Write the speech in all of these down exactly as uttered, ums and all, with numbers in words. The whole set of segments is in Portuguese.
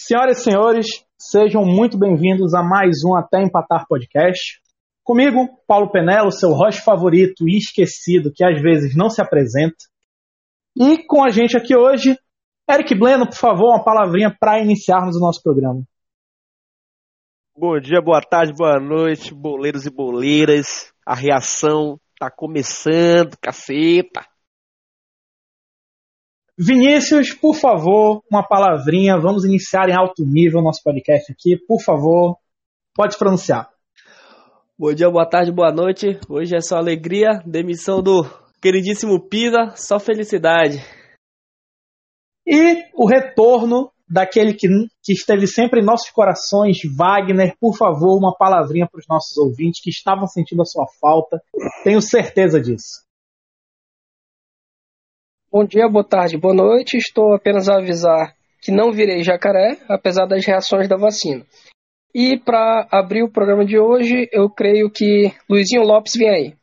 Senhoras e senhores, sejam muito bem-vindos a mais um Até Empatar Podcast. Comigo, Paulo Penello, seu host favorito e esquecido, que às vezes não se apresenta. E com a gente aqui hoje, Eric Bleno, por favor, uma palavrinha para iniciarmos o nosso programa. Bom dia, boa tarde, boa noite, boleiros e boleiras. A reação tá começando, caceta. Vinícius, por favor, uma palavrinha. Vamos iniciar em alto nível o nosso podcast aqui. Por favor, pode pronunciar. Bom dia, boa tarde, boa noite. Hoje é só alegria. Demissão do queridíssimo Pisa, só felicidade. E o retorno daquele que, que esteve sempre em nossos corações, Wagner. Por favor, uma palavrinha para os nossos ouvintes que estavam sentindo a sua falta. Tenho certeza disso. Bom dia, boa tarde, boa noite. Estou apenas a avisar que não virei jacaré, apesar das reações da vacina. E para abrir o programa de hoje, eu creio que Luizinho Lopes vem aí.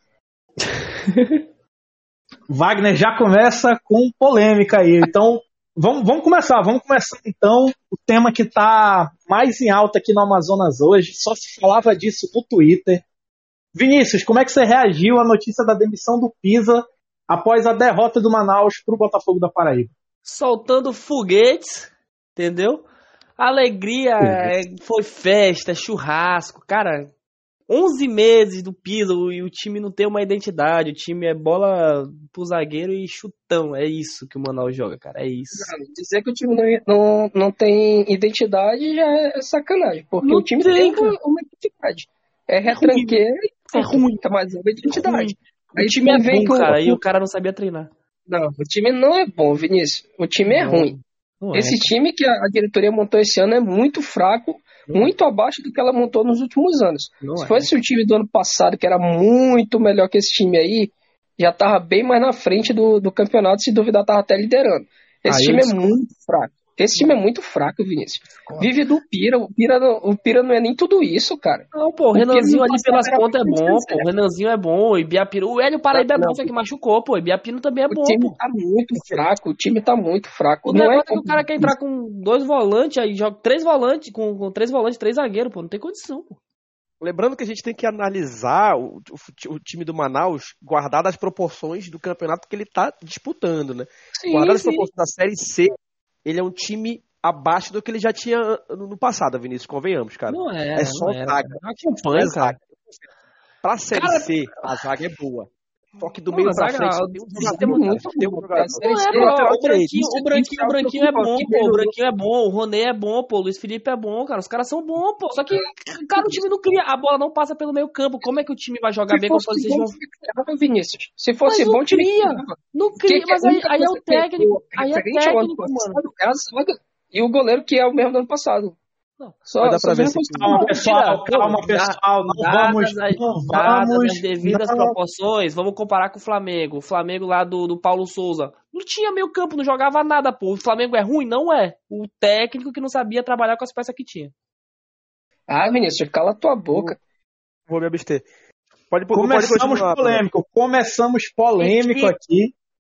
Wagner já começa com polêmica aí. Então, vamos, vamos começar. Vamos começar, então, o tema que está mais em alta aqui no Amazonas hoje. Só se falava disso no Twitter. Vinícius, como é que você reagiu à notícia da demissão do Pisa após a derrota do Manaus para o Botafogo da Paraíba? Soltando foguetes, entendeu? Alegria, uhum. Foi festa, churrasco. Cara, onze meses do Pisa e o time não tem uma identidade. O time é bola pro zagueiro e chutão. É isso que o Manaus joga, cara. É isso. Não, dizer que o time não, não, não tem identidade já é sacanagem. Porque não o time tem, tem uma, uma identidade. É retranqueiro é ruim, mas é uma identidade. É o time é bom, cara, o... e o cara não sabia treinar. Não, o time não é bom, Vinícius. O time é não, ruim. Não esse é. time que a diretoria montou esse ano é muito fraco, não muito é. abaixo do que ela montou nos últimos anos. Não Se é. fosse o time do ano passado, que era muito melhor que esse time aí, já estava bem mais na frente do, do campeonato, se duvidar, estava até liderando. Esse aí time é muito fraco. Esse time é muito fraco, Vinícius. Vive do Pira. O Pira, o Pira não é nem tudo isso, cara. Não, pô, o Renanzinho ali pelas pontas é bom, pô. O Renanzinho é bom, o Ibiapino. O Hélio Paraíba é bom, só que machucou, pô. O Ibiapino também é bom, pô. O time tá muito fraco, o time tá muito fraco. O negócio é que o cara quer entrar com dois volantes, aí joga três volantes, com, com três volantes, três zagueiros, pô. Não tem condição, pô. Lembrando que a gente tem que analisar o, o, o time do Manaus guardado as proporções do campeonato que ele tá disputando, né? Sim, guardado as sim. proporções da Série C, ele é um time abaixo do que ele já tinha no passado, Vinícius, convenhamos, cara. Não é, é só não era, zaga. Não acompanha, cara. Pra Série cara... C, a zaga é boa. Só que do não, meio pra zaga, frente, tem um jogador muito tem um jogador. Não é, pô, o branquinho, o branquinho, o branquinho é bom, pô. O branquinho é bom, o Ronê é bom, pô. O Luiz Felipe é bom, cara. Os caras são bons, pô. Só que, cara, o time não cria. A bola não passa pelo meio campo. Como é que o time vai jogar Se bem com fosse vocês bom, vão... Vinícius. Se fosse mas bom, time cria. Não cria, que mas que aí, aí é o técnico. Aí é técnico, passado, mano. É a zaga. E o goleiro que é o mesmo do ano passado. Não, só dá pra ver se... Calma, pessoal, calma, pessoal. Não vamos, as, não dadas vamos. as devidas não. proporções, vamos comparar com o Flamengo. O Flamengo lá do, do Paulo Souza. Não tinha meio campo, não jogava nada, pô. O Flamengo é ruim? Não é. O técnico que não sabia trabalhar com as peças que tinha. Ah, Vinícius, cala tua boca. Vou me abster. Pode, Começamos pode polêmico. Começamos polêmico aqui.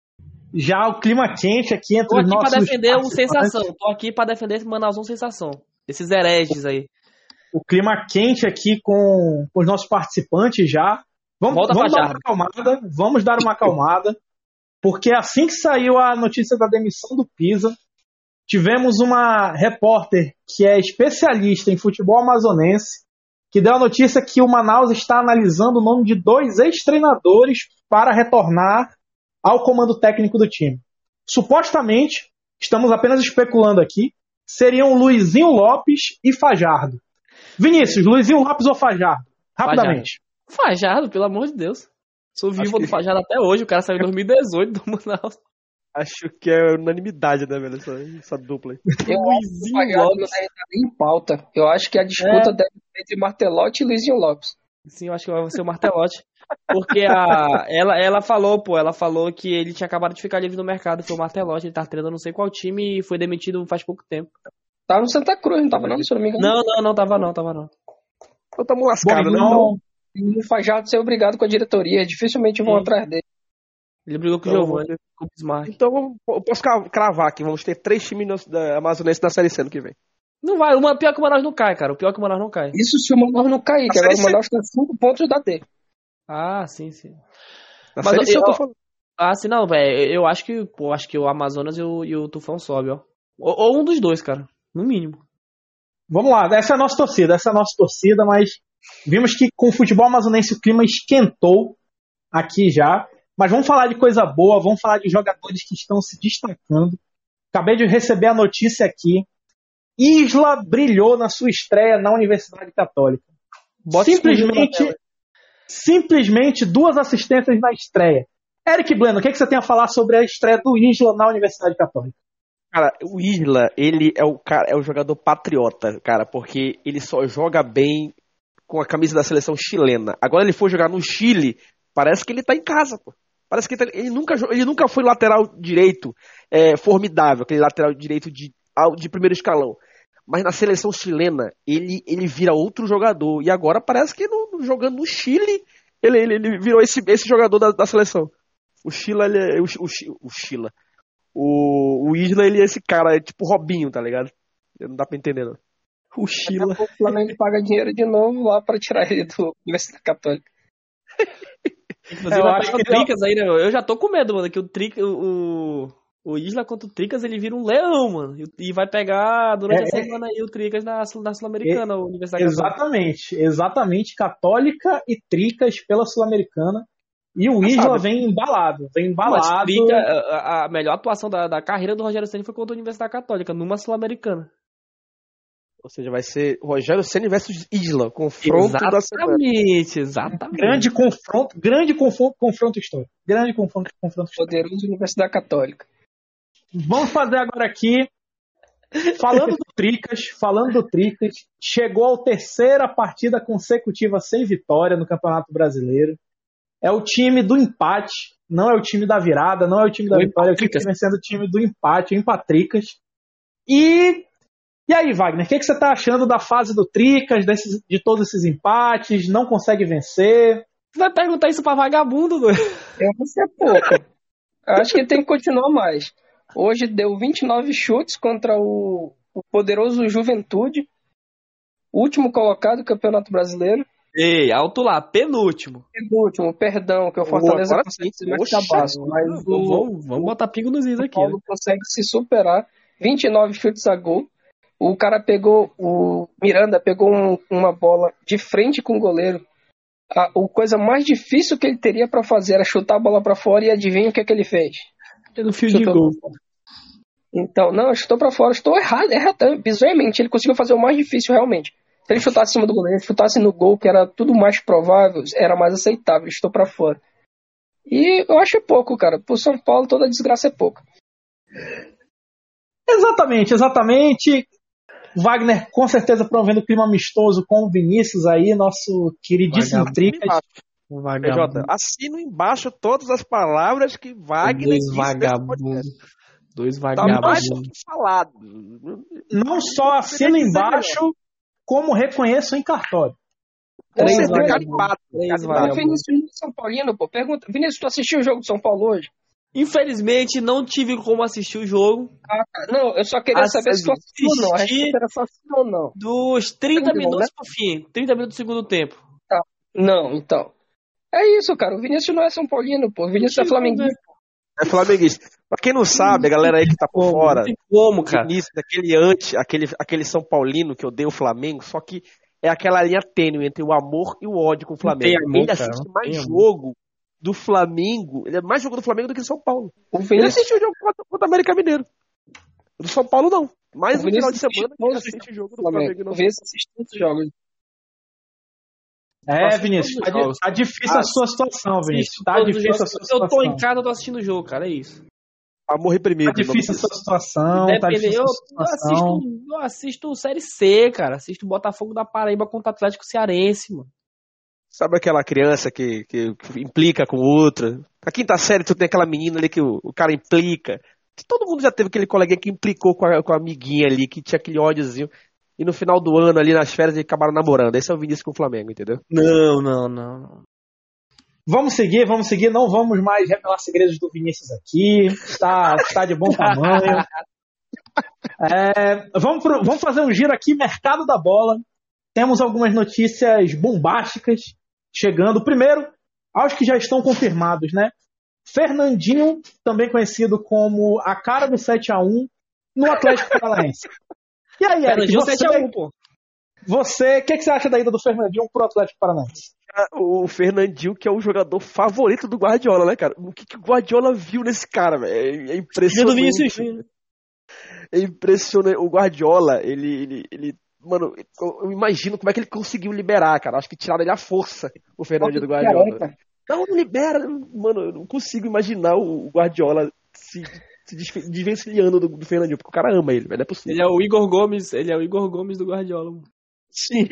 Já o clima quente aqui entre Tô aqui os nossos pra defender o sensação. Tô aqui pra defender esse Manausão sensação. Esses hereges aí. O clima quente aqui com, com os nossos participantes já. Vamos, vamos dar uma acalmada. Vamos dar uma acalmada. Porque assim que saiu a notícia da demissão do Pisa, tivemos uma repórter que é especialista em futebol amazonense, que deu a notícia que o Manaus está analisando o nome de dois ex-treinadores para retornar ao comando técnico do time. Supostamente, estamos apenas especulando aqui, seriam Luizinho Lopes e Fajardo. Vinícius, Luizinho Lopes ou Fajardo? Rapidamente. Fajardo, Fajardo pelo amor de Deus. Sou vivo que... do Fajardo até hoje, o cara saiu em dois mil e dezoito do Manaus. Acho que é unanimidade, né, velho, essa, essa dupla aí. Eu Luizinho acho que Lopes não deve estar nem em pauta. Eu acho que a disputa é. deve ser entre Martelotti e Luizinho Lopes. Sim, eu acho que vai ser o Martelotti. Porque a, ela, ela falou, pô, ela falou que ele tinha acabado de ficar livre no mercado, foi o Martelotti, ele tá treinando não sei qual time e foi demitido faz pouco tempo. Tava no Santa Cruz, não tava não, se eu não me engano? Não, não, não tava não, tava não. Então tamo lascado, né? Então, o Fajardo ser obrigado com a diretoria, dificilmente vão Sim. atrás dele. Ele brigou com o então, Giovanni, com o Bismarck. Então eu posso cravar aqui, vamos ter três times da Amazonense na Série C ano que vem. Não vai, uma, pior que o Manaus não cai, cara. O pior que o Manaus não cai. Isso se o Manaus não cair, que agora o Manaus tem cinco pontos da D. Ah, sim, sim. Na Mas série eu, eu tô falando. Ah, sim, não, velho. Eu acho que, pô, acho que o Amazonas e o, e o Tufão sobe, ó. Ou, ou um dos dois, cara. No mínimo. Vamos lá, essa é a nossa torcida, essa é a nossa torcida, mas vimos que com o futebol amazonense o clima esquentou aqui já. Mas vamos falar de coisa boa, vamos falar de jogadores que estão se destacando. Acabei de receber a notícia aqui. Isla brilhou na sua estreia na Universidade Católica. Bota simplesmente, simplesmente duas assistências na estreia. Eric Bleno, o que, é que você tem a falar sobre a estreia do Isla na Universidade Católica? Cara, o Isla, ele é o, cara, é o jogador patriota, cara, porque ele só joga bem com a camisa da seleção chilena. Agora ele for jogar no Chile, parece que ele tá em casa, pô. Parece que ele, tá, ele, nunca, ele nunca foi lateral direito é, formidável, aquele lateral direito de, de primeiro escalão. Mas na seleção chilena, ele, ele vira outro jogador. E agora parece que no, jogando no Chile, ele, ele, ele virou esse, esse jogador da, da seleção. O Chila, ele é... O, o, o Chila. O, o Isla, ele é esse cara, é tipo Robinho, tá ligado? Não dá pra entender, não. O Chila. O Flamengo paga dinheiro de novo lá pra tirar ele do Universidade Católica. Inclusive, eu acho que o Tricas aí, né? Eu já tô com medo, mano, que o Tricas, o, o Isla contra o Tricas, ele vira um leão, mano. E vai pegar durante é, a semana aí o Tricas na, na Sul-Americana, é, Universidade Exatamente, Católica. exatamente. Católica e Tricas pela Sul-Americana. E o Isla vem embalado, vem embalado. Trica, a, a melhor atuação da, da carreira do Rogério Ceni foi contra a Universidade Católica, numa Sul-Americana. Ou seja, vai ser Rogério Ceni versus Isla, confronto exatamente, da semana. Exatamente, exatamente. Grande confronto, grande confronto, confronto histórico. Grande confronto, confronto histórico. Poderoso Universidade Católica. Vamos fazer agora aqui, falando do Tricas, falando do Tricas, chegou a terceira partida consecutiva sem vitória no Campeonato Brasileiro. É o time do empate, não é o time da virada, não é o time da o vitória, empatricas. É o time sendo o time do empate, o Empatricas. E, e aí, Wagner, o que, que você está achando da fase do Tricas, desses, de todos esses empates, não consegue vencer? Você vai perguntar isso pra vagabundo, doido? Eu vou ser pouco. Eu acho que tem que continuar mais. Hoje deu vinte e nove chutes contra o, o poderoso Juventude, último colocado do Campeonato Brasileiro. Ei, alto lá, penúltimo. Penúltimo, perdão, que o Fortaleza agora consegue sim, ser mais cabaço. Mas o, vamos, vamos botar pingo nos is aqui. O Paulo né? consegue se superar. vinte e nove chutes a gol. O cara pegou, o Miranda pegou um, uma bola de frente com o goleiro. A, a coisa mais difícil que ele teria para fazer era chutar a bola para fora e adivinha o que é que ele fez? No fio de gol. Então, não, chutou para fora, chutou errado, errado, bizarramente. Ele conseguiu fazer o mais difícil realmente. Se ele chutasse em cima do goleiro, chutasse no gol, que era tudo mais provável, era mais aceitável, ele chutou pra fora. E eu acho pouco, cara. Pro São Paulo, toda desgraça é pouco. Exatamente, exatamente. Wagner, com certeza, promovendo o clima amistoso com o Vinícius aí, nosso queridíssimo Tricas. Jota, assino embaixo todas as palavras que Wagner disse. Vagabundo. Dois vagabundos. Tá falado. Não só assino embaixo, como reconheço em cartório. Três vagabundos. Vinícius São Paulino, pô. Pergunta, Vinícius, tu assistiu o jogo do São Paulo hoje? Infelizmente, não tive como assistir o jogo. Ah, não, eu só queria Ass saber se tu assistiu ou não. A resposta era só sim ou não. Dos trinta minutos né? pro fim. trinta minutos do segundo tempo. Tá. Não, então. É isso, cara. O Vinícius não é São Paulino, pô. O Vinícius é flamenguista. É flamenguista. Pra quem não sabe, a galera aí que tá por fora. Não tem como, cara. Vinícius, aquele anti, aquele, aquele São Paulino que odeia o Flamengo, só que é aquela linha tênue entre o amor e o ódio com o Flamengo. Amor, ele assiste cara, mais jogo amor. do Flamengo, ele é mais jogo do Flamengo do que do São Paulo. O Vinícius... Ele assiste o jogo contra o América Mineiro. Do São Paulo, não. Mais um final de semana que ele assiste o jogo do Flamengo. Flamengo. O Vinícius assiste muitos jogos. É, Vinícius, tá, tá difícil ah, a sua situação, Vinícius. Tá difícil a sua situação. Eu tô em casa, eu tô assistindo o jogo, cara, é isso. Amor reprimido. Tá difícil a sua situação, tá difícil a sua situação. Eu, eu assisto Série C, cara. Assisto Botafogo da Paraíba contra o Atlético Cearense, mano. Sabe aquela criança que, que, que implica com outra? Na quinta série tu tem aquela menina ali que o, o cara implica. Todo mundo já teve aquele coleguinha que implicou com a, com a amiguinha ali, que tinha aquele ódiozinho. E no final do ano, ali nas férias, eles acabaram namorando. Esse é o Vinícius com o Flamengo, entendeu? Não, não, não. Vamos seguir, vamos seguir. Não vamos mais revelar segredos do Vinícius aqui. Está, está de bom tamanho. É, vamos, pro, vamos fazer um giro aqui, mercado da bola. Temos algumas notícias bombásticas chegando. Primeiro, aos que já estão confirmados, né? Fernandinho, também conhecido como a cara do sete a um, no Atlético Paranaense. E aí, Eric, você, sete a um, pô. Você, o que, que você acha da ida do Fernandinho pro Atlético Paranaense? O Fernandinho, que é o jogador favorito do Guardiola, né, cara? O que, que o Guardiola viu nesse cara, velho? É, é impressionante. É impressionante. O Guardiola, ele, ele, ele mano, eu, eu imagino como é que ele conseguiu liberar, cara. Acho que tiraram ele à força, o Fernandinho do Guardiola. Cara. Não, não libera. Mano, eu não consigo imaginar o Guardiola se, se desvencilhando do, do Fernandinho, porque o cara ama ele, velho. Não é possível. Ele é o Igor Gomes, ele é o Igor Gomes do Guardiola. Sim.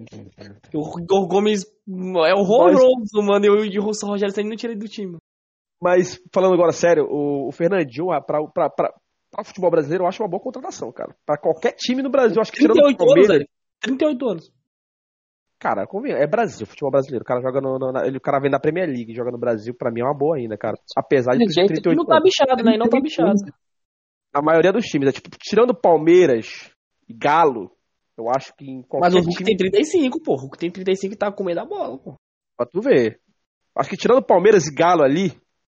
O Igor Gomes é horroroso, mano. E o Russo Rogério Ceni não tira ele do time. Mas, falando agora sério, o, o Fernandinho, pra, pra, pra, pra futebol brasileiro, eu acho uma boa contratação, cara. Pra qualquer time no Brasil, eu acho que tirando o Palmeiras... Anos, trinta e oito anos. Cara, é Brasil, futebol brasileiro. O cara joga no, no, ele, o cara vem da Premier League, joga no Brasil, pra mim é uma boa ainda, cara. Apesar de ter trinta e oito não tá bichado, né? Não tá bichado. A maioria dos times, é tipo, tirando Palmeiras e Galo, eu acho que em qualquer Mas o Hulk time... tem trinta e cinco, pô. O Hulk tem trinta e cinco e tá com medo da bola, pô. Pra tu ver. Acho que tirando Palmeiras e Galo ali,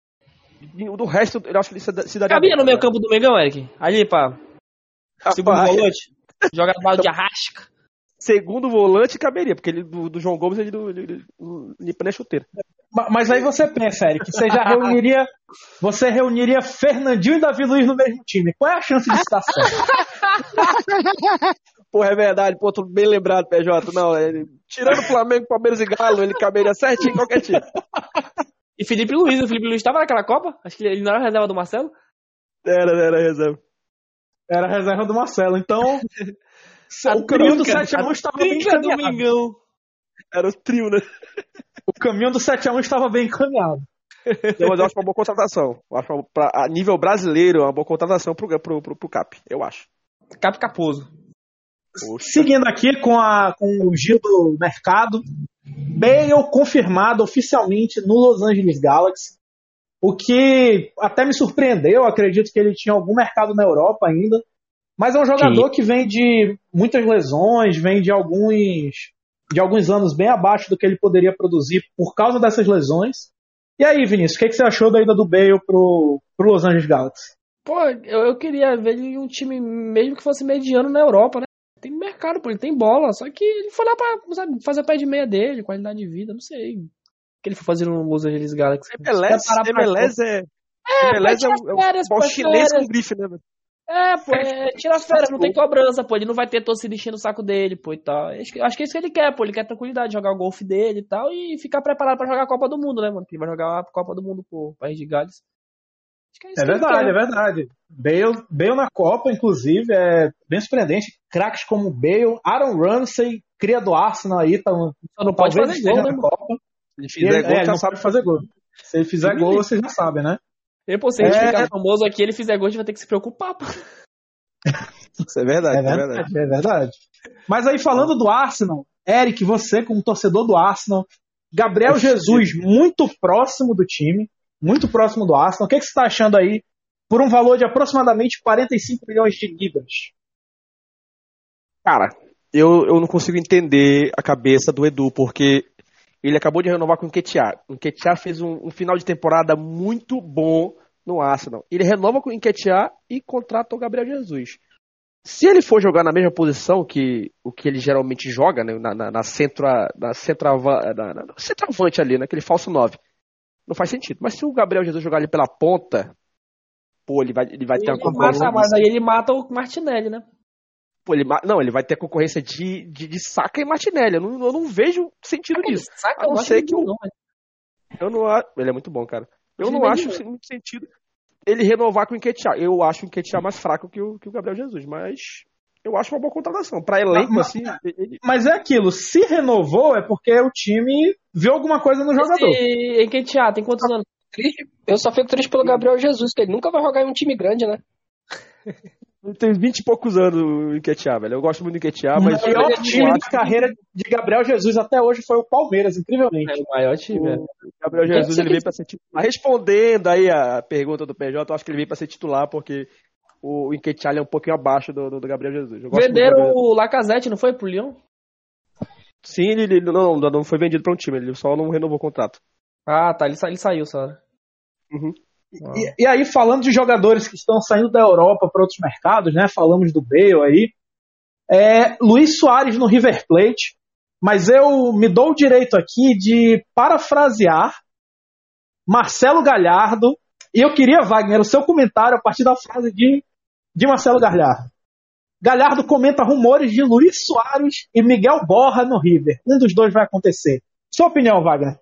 do resto, eu acho que ele se daria... Cabia no meio campo do Mengão, Eric? Ali, pá. Segundo volante. Joga a bola de arrasca. Segundo volante caberia, porque ele do, do João Gomes ele, ele, ele, ele nem chuteira. Mas aí você pensa, Eric, você já reuniria você reuniria Fernandinho e Davi Luiz no mesmo time. Qual é a chance disso dar certo? Porra, é verdade, pô, tudo bem lembrado, P J. Não, ele, tirando o Flamengo, Palmeiras e Galo, ele caberia certinho em qualquer time. E Felipe Luiz, o Felipe Luiz tava naquela Copa? Acho que ele não era reserva do Marcelo? Era, era reserva. Era reserva do Marcelo, então... O caminho do sete a um estava bem encaminhado. Era o trio, né? O caminho do sete a um estava bem encaminhado. Não, mas eu acho uma boa contratação. Eu acho uma, pra, a nível brasileiro, é uma boa contratação pro, pro, pro, pro Cap, eu acho. Cap Caposo. Poxa. Seguindo aqui com, a, com o giro do mercado, Bale confirmado oficialmente no Los Angeles Galaxy. O que até me surpreendeu, acredito que ele tinha algum mercado na Europa ainda. Mas é um jogador Sim. que vem de muitas lesões, vem de alguns, de alguns anos bem abaixo do que ele poderia produzir por causa dessas lesões. E aí, Vinícius, o que, que você achou da ida do Bale pro, pro Los Angeles Galaxy? Pô, eu, eu queria ver ele em um time mesmo que fosse mediano na Europa, né? Tem mercado, pô, ele tem bola, só que ele foi lá pra, sabe, fazer a pé de meia dele, qualidade de vida, não sei. O que ele foi fazer no Los Angeles Galaxy? M L S, M L S é... É, M L S é um futebol chinês com grife, né, velho? É, pô, é, tira férias, não tem cobrança, pô, ele não vai ter torcida enchendo o saco dele, pô, e tal. Acho que, acho que é isso que ele quer, pô, ele quer tranquilidade, jogar o golfe dele e tal, e ficar preparado pra jogar a Copa do Mundo, né, mano, que ele vai jogar a Copa do Mundo, pô, País de Gales. Acho que é isso é que verdade, é verdade. Bale, Bale na Copa, inclusive, é bem surpreendente. Craques como Bale, Aaron Ramsey, cria do Arsenal aí, tá, só não pode fazer gol, né, na Copa. Se ele fizer ele, gol, é, já sabe fazer gol. Se ele fizer Sim. gol, você já sabe, né? E, pô, se a gente é... ficar famoso aqui, ele fizer gol, a gente vai ter que se preocupar, pô. Isso é verdade, é verdade, é verdade. É verdade. Mas aí, falando do Arsenal, Eric, você como torcedor do Arsenal, Gabriel Oxi. Jesus muito próximo do time, muito próximo do Arsenal. O que, é que você está achando aí por um valor de aproximadamente quarenta e cinco milhões de libras? Cara, eu, eu não consigo entender a cabeça do Edu, porque ele acabou de renovar com o Nketiah. O Nketiah fez um, um final de temporada muito bom no Arsenal. Ele renova com o Nketiah e contrata o Gabriel Jesus. Se ele for jogar na mesma posição que o que ele geralmente joga, né, na, na, na, centra, na, centrava, na, na centroavante ali, naquele falso nove, não faz sentido. Mas se o Gabriel Jesus jogar ali pela ponta, pô, ele vai, ele vai ter uma concorrência. Mas aí ele mata o Martinelli, né? Pô, ele, não, ele vai ter concorrência de, de, de Saka e Martinelli. Eu não, eu não vejo sentido nisso. Saka, a não ser que eu, não, eu não acho. Ele é muito bom, cara. Eu não acho muito sentido ele renovar com o Nketiah. Eu acho o Nketiah mais fraco que o, que o Gabriel Jesus, mas eu acho uma boa contratação. Pra elenco, mas, assim... Ele... Mas é aquilo, se renovou é porque o time viu alguma coisa no jogador. E Nketiah tem quantos anos? Eu só fico triste pelo Gabriel Jesus, que ele nunca vai jogar em um time grande, né? Tem vinte e poucos anos o Nketiah, velho. Eu gosto muito do Nketiah, mas... O maior time da carreira de Gabriel Jesus até hoje foi o Palmeiras, incrivelmente. É o maior time, o Gabriel Jesus, ele veio pra ser titular. Respondendo aí a pergunta do P J, eu acho que ele veio pra ser titular, porque o Nketiah é um pouquinho abaixo do, do, do Gabriel Jesus. Venderam o Lacazette, não foi, pro Lyon? Sim, ele, ele não, não foi vendido para um time, ele só não renovou o contrato. Ah, tá, ele, sa- ele saiu só. Uhum. E, e aí, falando de jogadores que estão saindo da Europa para outros mercados, né? Falamos do Bale aí. É, Luis Soares no River Plate. Mas eu me dou o direito aqui de parafrasear Marcelo Galhardo. E eu queria, Wagner, o seu comentário a partir da frase de, de Marcelo Galhardo. Galhardo comenta rumores de Luis Soares e Miguel Borja no River. Um dos dois vai acontecer. Sua opinião, Wagner?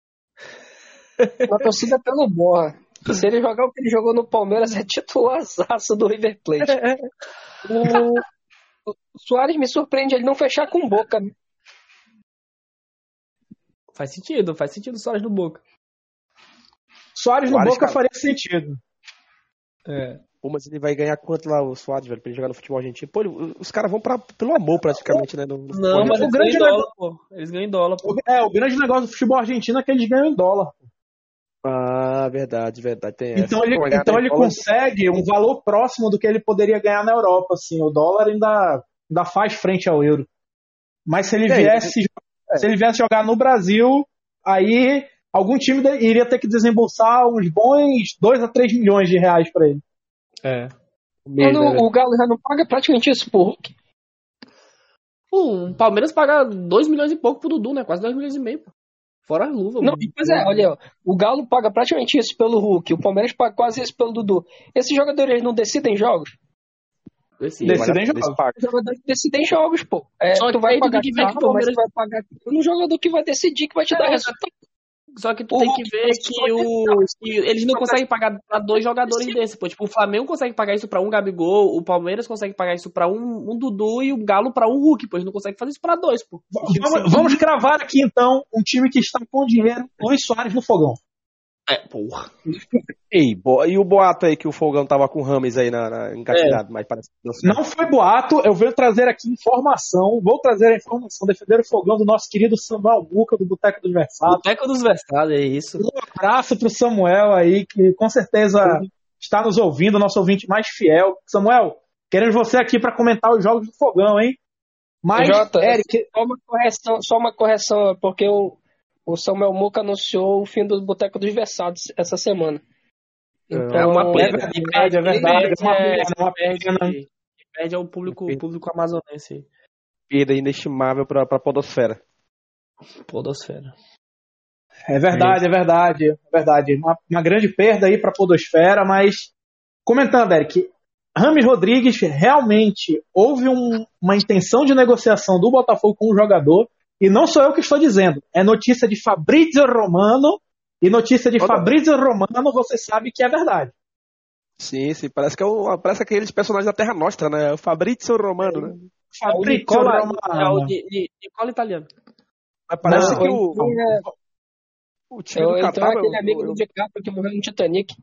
A torcida pelo Borja. Se ele jogar o que ele jogou no Palmeiras, é titularzaço do River Plate. O, o Soares me surpreende ele não fechar com Boca. Faz sentido, faz sentido o Soares no Boca. Soares no Soares, Boca cara. faria sentido. É. Pô, mas ele vai ganhar quanto lá, o Soares, velho, pra ele jogar no futebol argentino? Pô, ele- os caras vão pra, pelo amor, praticamente, né? No, no futebol Não, mas o eles grande ganham em dólar, pô. Eles ganham em dólar, pô. É, o grande negócio do futebol argentino é que eles ganham em dólar. Ah, verdade, verdade. Tem Então essa. ele, Pô, ganhar então em ele dólar- consegue um valor próximo do que ele poderia ganhar na Europa. Assim. O dólar ainda, ainda faz frente ao euro. Mas se ele É, viesse, se ele viesse jogar no Brasil, aí algum time de- iria ter que desembolsar uns bons dois a três milhões de reais para ele. É. Quando o Galo já não paga praticamente isso por Hulk. Pô, o Palmeiras paga dois milhões e pouco pro Dudu, né? Quase dois milhões e meio, pô. Fora a luva. Não, mano. pois é, olha, ó, o Galo paga praticamente isso pelo Hulk, o Palmeiras paga quase isso pelo Dudu. Esses jogadores não decidem jogos? Esse- Decidem Eles jogos. pagam. Os jogadores decidem jogos, pô. É, Só tu que vai aí tu pagar tem que ver que o caro, mas Palmeiras- tu vai pagar um jogador que vai decidir, que vai te dar É, resultado. Só que tu O tem que Hulk ver só que, o, que eles não conseguem pagar pra dois jogadores desses, pô. Tipo, o Flamengo consegue pagar isso pra um Gabigol, o Palmeiras consegue pagar isso pra um, um Dudu e o Galo pra um Hulk, pô. Eles não conseguem fazer isso pra dois, pô. Vamos, vamos cravar aqui então um time que está com dinheiro, Luis Soares no fogão. É, porra. Ei, bo- e o boato aí que o Fogão tava com o Rames aí na, na engatilhado, mas parece que deu certo. Não foi boato, eu venho trazer aqui informação, vou trazer a informação, defender o fogão do nosso querido Samuel Muca, do Boteco dos Versados. Boteco dos Versados, é isso. Um abraço pro Samuel aí, que com certeza está nos ouvindo, nosso ouvinte mais fiel. Samuel, queremos você aqui para comentar os jogos do fogão, hein? Mas, Jota, Eric, só uma correção, só uma correção, porque o, o Samuel Muca anunciou o fim do Boteco dos Versados essa semana. Então, É uma pena. é verdade, é verdade, é uma pena, é uma perde, pena. perde ao público, público amazonense. Perda inestimável pra, pra podosfera. Podosfera. É verdade, é verdade, é verdade. Uma, uma grande perda aí para a podosfera, mas comentando, Eric, Rames Rodrigues, realmente houve um- uma intenção de negociação do Botafogo com o jogador, e não sou eu que estou dizendo, é notícia de Fabrizio Romano, e notícia de Olha. Fabrizio Romano você sabe que é verdade. Sim, sim, parece que é o, parece aqueles personagens da Terra Nostra, né? O Fabrizio Romano, né? Fabrizio Nicola, é o Romano. Ni- Ni- Nicola italiano. Mas parece Não, que ou o, então é- o time ou do então Catar... é aquele eu- amigo eu- do DiCaprio que morreu no Titanic.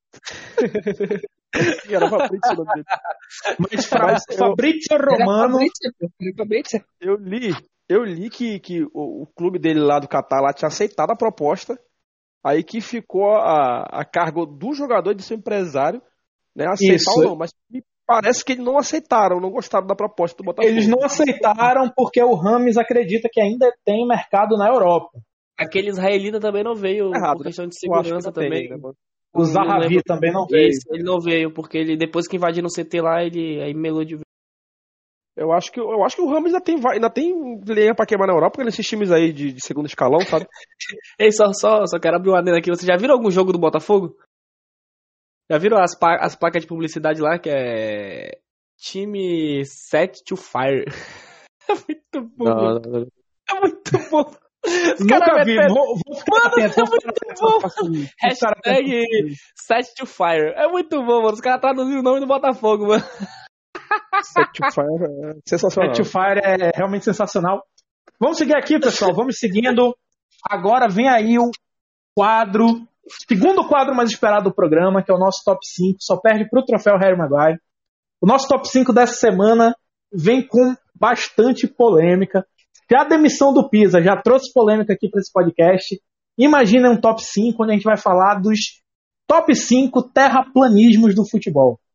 Era o Fabrizio o nome dele. Mas, Fra- Mas eu- Fabrizio Era Romano, Fabrício, pô, era Fabrício. Eu li, eu li que, que o, o clube dele lá do Catar lá tinha aceitado a proposta, aí que ficou a, a cargo do jogador de seu empresário, né, aceitar Isso. ou não, mas me parece que eles não aceitaram, não gostaram da proposta do Botafogo. eles não aceitaram porque o Rames acredita que ainda tem mercado na Europa. Aquele israelita também não veio Errado, por né? questão de Eu acho que segurança não tem também. ainda, mano. O Não Zahavi lembro. também não veio. Esse, ele não veio, porque ele depois que invadiu no C T lá, ele aí melou de Eu acho que, eu acho que o Ramos ainda tem, vai- ainda tem lenha pra queimar na Europa, porque nesses times aí de, de segundo escalão, sabe? Ei, só, só, só quero abrir uma adenda aqui. Vocês já viram algum jogo do Botafogo? Já viram as, pa- as placas de publicidade lá que é time set to fire? É muito bom. Não, não, não. É muito bom. Os Nunca caras vi, metendo vou, vou ficar Mano, atento. é Vou ficar atento, bom. vou ficar atento. Os caras hashtag pensam- set to fire. É muito bom, mano. Os caras traduziram o nome do Botafogo, mano. Set to Fire é sensacional. Set to Fire é realmente sensacional. Vamos seguir aqui, pessoal. Vamos seguindo. Agora vem aí o quadro, segundo quadro mais esperado do programa, que é o nosso top cinco. Só perde para o troféu Harry Maguire. O nosso top cinco dessa semana vem com bastante polêmica. Se a demissão do Pisa já trouxe polêmica aqui para esse podcast, imagina um top cinco onde a gente vai falar dos top cinco terraplanismos do futebol.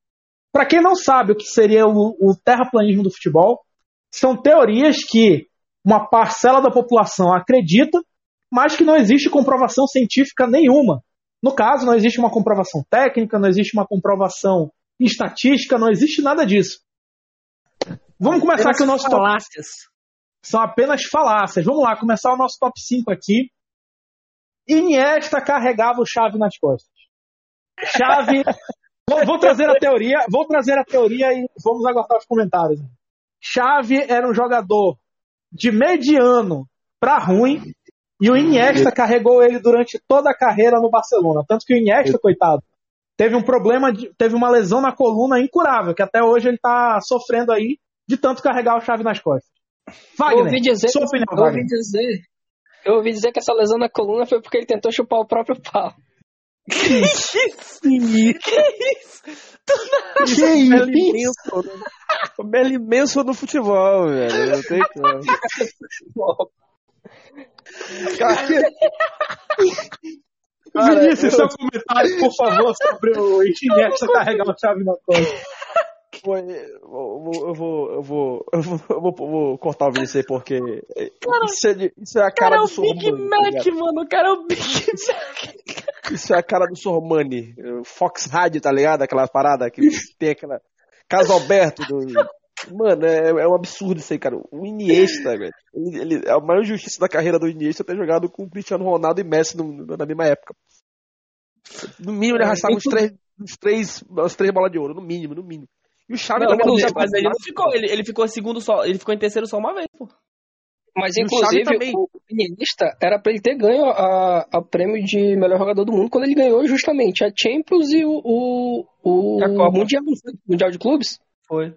Para quem não sabe o que seria o, o terraplanismo do futebol, são teorias que uma parcela da população acredita, mas que não existe comprovação científica nenhuma. No caso, não existe uma comprovação técnica, não existe uma comprovação estatística, não existe nada disso. Vamos começar aqui o nosso falácias. top. São apenas falácias. Vamos lá, começar o nosso top cinco aqui. Iniesta carregava o Xavi nas costas. Xavi... vou, vou trazer a teoria, vou trazer a teoria e vamos aguardar os comentários. Xavi era um jogador de mediano para ruim e o Iniesta carregou ele durante toda a carreira no Barcelona. Tanto que o Iniesta, coitado, teve um problema, de, teve uma lesão na coluna incurável, que até hoje ele está sofrendo aí de tanto carregar o Xavi nas costas. Wagner, eu ouvi dizer, sua opinião, eu Wagner. ouvi dizer, eu ouvi dizer que essa lesão na coluna foi porque ele tentou chupar o próprio pau. Que isso? Que isso? Que isso? O Meli Manson no futebol, velho. Não tem como. Cara, Vinícius, seu comentário, por favor, sobre o Iniesta carregar o Xavi na costa. Eu vou, eu vou, eu vou, eu vou, eu vou, eu vou cortar o Vinícius aí, porque cara, isso, é, isso é a cara, cara do Sormani. O Big Mac, tá mano, o cara é o Big Mac. Isso é a cara do Sormani. Fox Radio, tá ligado? Aquela parada que tem aquela... Caso Alberto do... Mano, é, é um absurdo isso aí, cara. O Iniesta, velho. Ele, ele, a maior injustiça da carreira do Iniesta é ter jogado com o Cristiano Ronaldo e Messi no, na mesma época. No mínimo ele arrastava uns três, uns três, umas três bolas de ouro, no mínimo, no mínimo. E o Xavi não, também. Mas ele não ficou, ele, ele ficou segundo só, ele ficou em terceiro só uma vez, pô. Mas inclusive o Iniesta era pra ele ter ganho a, a prêmio de melhor jogador do mundo quando ele ganhou justamente a Champions e o, o, o a Copa. Mundial, Mundial de Clubes. Foi.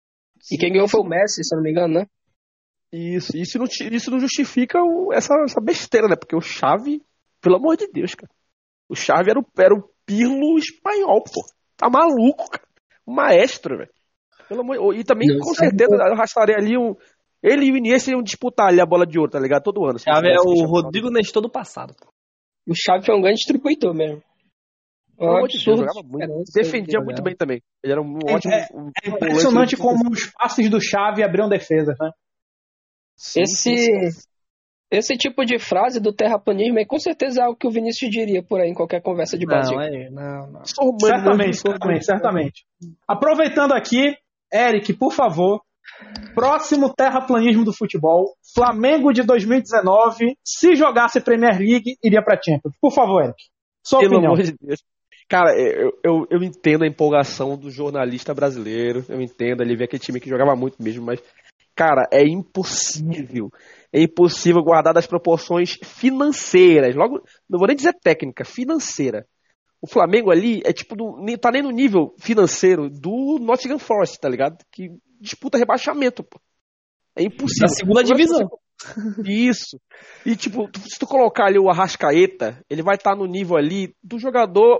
E quem ganhou foi o Messi, se eu não me engano, né? Isso, isso não, isso não justifica o, essa, essa besteira, né? Porque o Xavi, pelo amor de Deus, cara. O Xavi era o, era o Pirlo espanhol, pô. Tá maluco, cara. O maestro, velho. Pelo amor, e também, não, com certeza, eu arrastaria ali um. Ele e o Iniesta iam disputar ali a bola de ouro, tá ligado? Todo ano. Xavi é o Rodrigo Nestor do passado, pô. O Xavi foi um grande distribuidor mesmo. Um absurdo. Muito. Defendia muito bem também. Ele era um ótimo. É, um, é impressionante como os passes do Xavi abriam defesas, né? Sim, esse, sim, sim. esse tipo de frase do terraplanismo é com certeza algo que o Vinícius diria por aí em qualquer conversa de base. Não, é, não, não. Certamente, certamente, certamente. Aproveitando aqui, Eric, por favor, próximo terraplanismo do futebol, Flamengo de dois mil e dezenove, se jogasse Premier League, iria pra Champions. Por favor, Eric. Sua Pelo opinião. Amor de Deus. Cara, eu, eu, eu entendo a empolgação do jornalista brasileiro, eu entendo, ele vê aquele time que jogava muito mesmo, mas, cara, é impossível, é impossível guardar das proporções financeiras, logo, não vou nem dizer técnica, financeira. O Flamengo ali é tipo, do, nem, tá nem no nível financeiro do Nottingham Forest, tá ligado? Que disputa rebaixamento, pô. É impossível. Da segunda divisão. Isso. E tipo, se tu colocar ali o Arrascaeta, ele vai estar tá no nível ali do jogador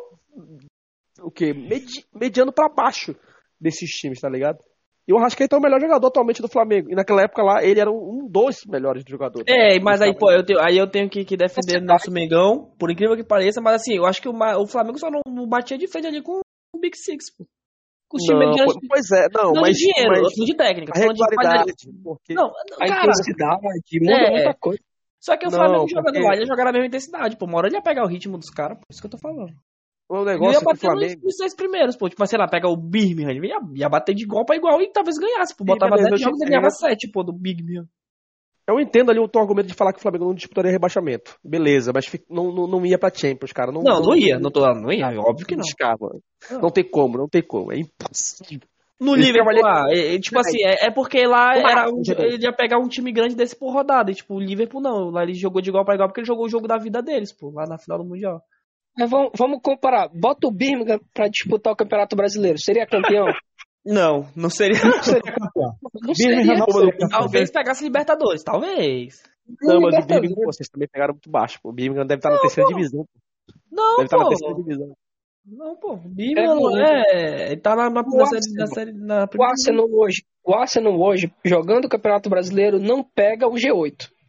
o quê? Medi- mediano pra baixo desses times, tá ligado? E o Arrascaeta é o melhor jogador atualmente do Flamengo. E naquela época lá, ele era um dos melhores jogadores. É, mas aí, pô, eu tenho, aí eu tenho que, que defender o nosso Mengão, por incrível que pareça, mas assim, eu acho que o, o Flamengo só não, não batia de frente ali com o Big Six, pô. Com os times medianos. Pois é, não, não mas... de dinheiro, mas, eu tô de técnica. A regularidade. Porque... Não, não, a cara, intensidade, muda é, muita coisa. Só que o não, Flamengo porque... jogando lá, ele ia jogar na mesma intensidade, pô. Uma hora ele ia pegar o ritmo dos caras, por isso que eu tô falando. O negócio ele ia bater Flamengo... nos seis primeiros, pô. Tipo, sei lá, pega o Birmingham, ele ia, ia bater de igual pra igual e talvez ganhasse, pô. Botava dez jogos e ele ganhava sete, pô, do Birmingham. Eu entendo ali o teu argumento de falar que o Flamengo não disputaria rebaixamento. Beleza, mas não, não, não ia pra Champions, cara. Não, não, não, não ia, não, tô, não ia, óbvio que não. Não. Não tem como, não tem como, é impossível. No Liverpool, lá, é, tipo assim, é, é porque lá era um, ele ia pegar um time grande desse por rodada, e tipo, o Liverpool não, lá ele jogou de igual pra igual porque ele jogou o jogo da vida deles, pô, lá na final do Mundial. Mas vamos, vamos comparar, bota o Birmingham pra disputar o Campeonato Brasileiro, seria campeão? Não, não seria, não seria campeão. Não seria, não seria. Talvez pegasse Libertadores, talvez. Não, mas o Birmingham, pô, vocês também pegaram muito baixo, pô. O Birmingham deve estar na terceira divisão. Não, deve pô. estar na terceira divisão. Não, pô, o Birmingham é, é, tá na, na, na, série, na série na o Arsenal hoje, o Arsenal hoje, jogando o Campeonato Brasileiro, não pega o G oito.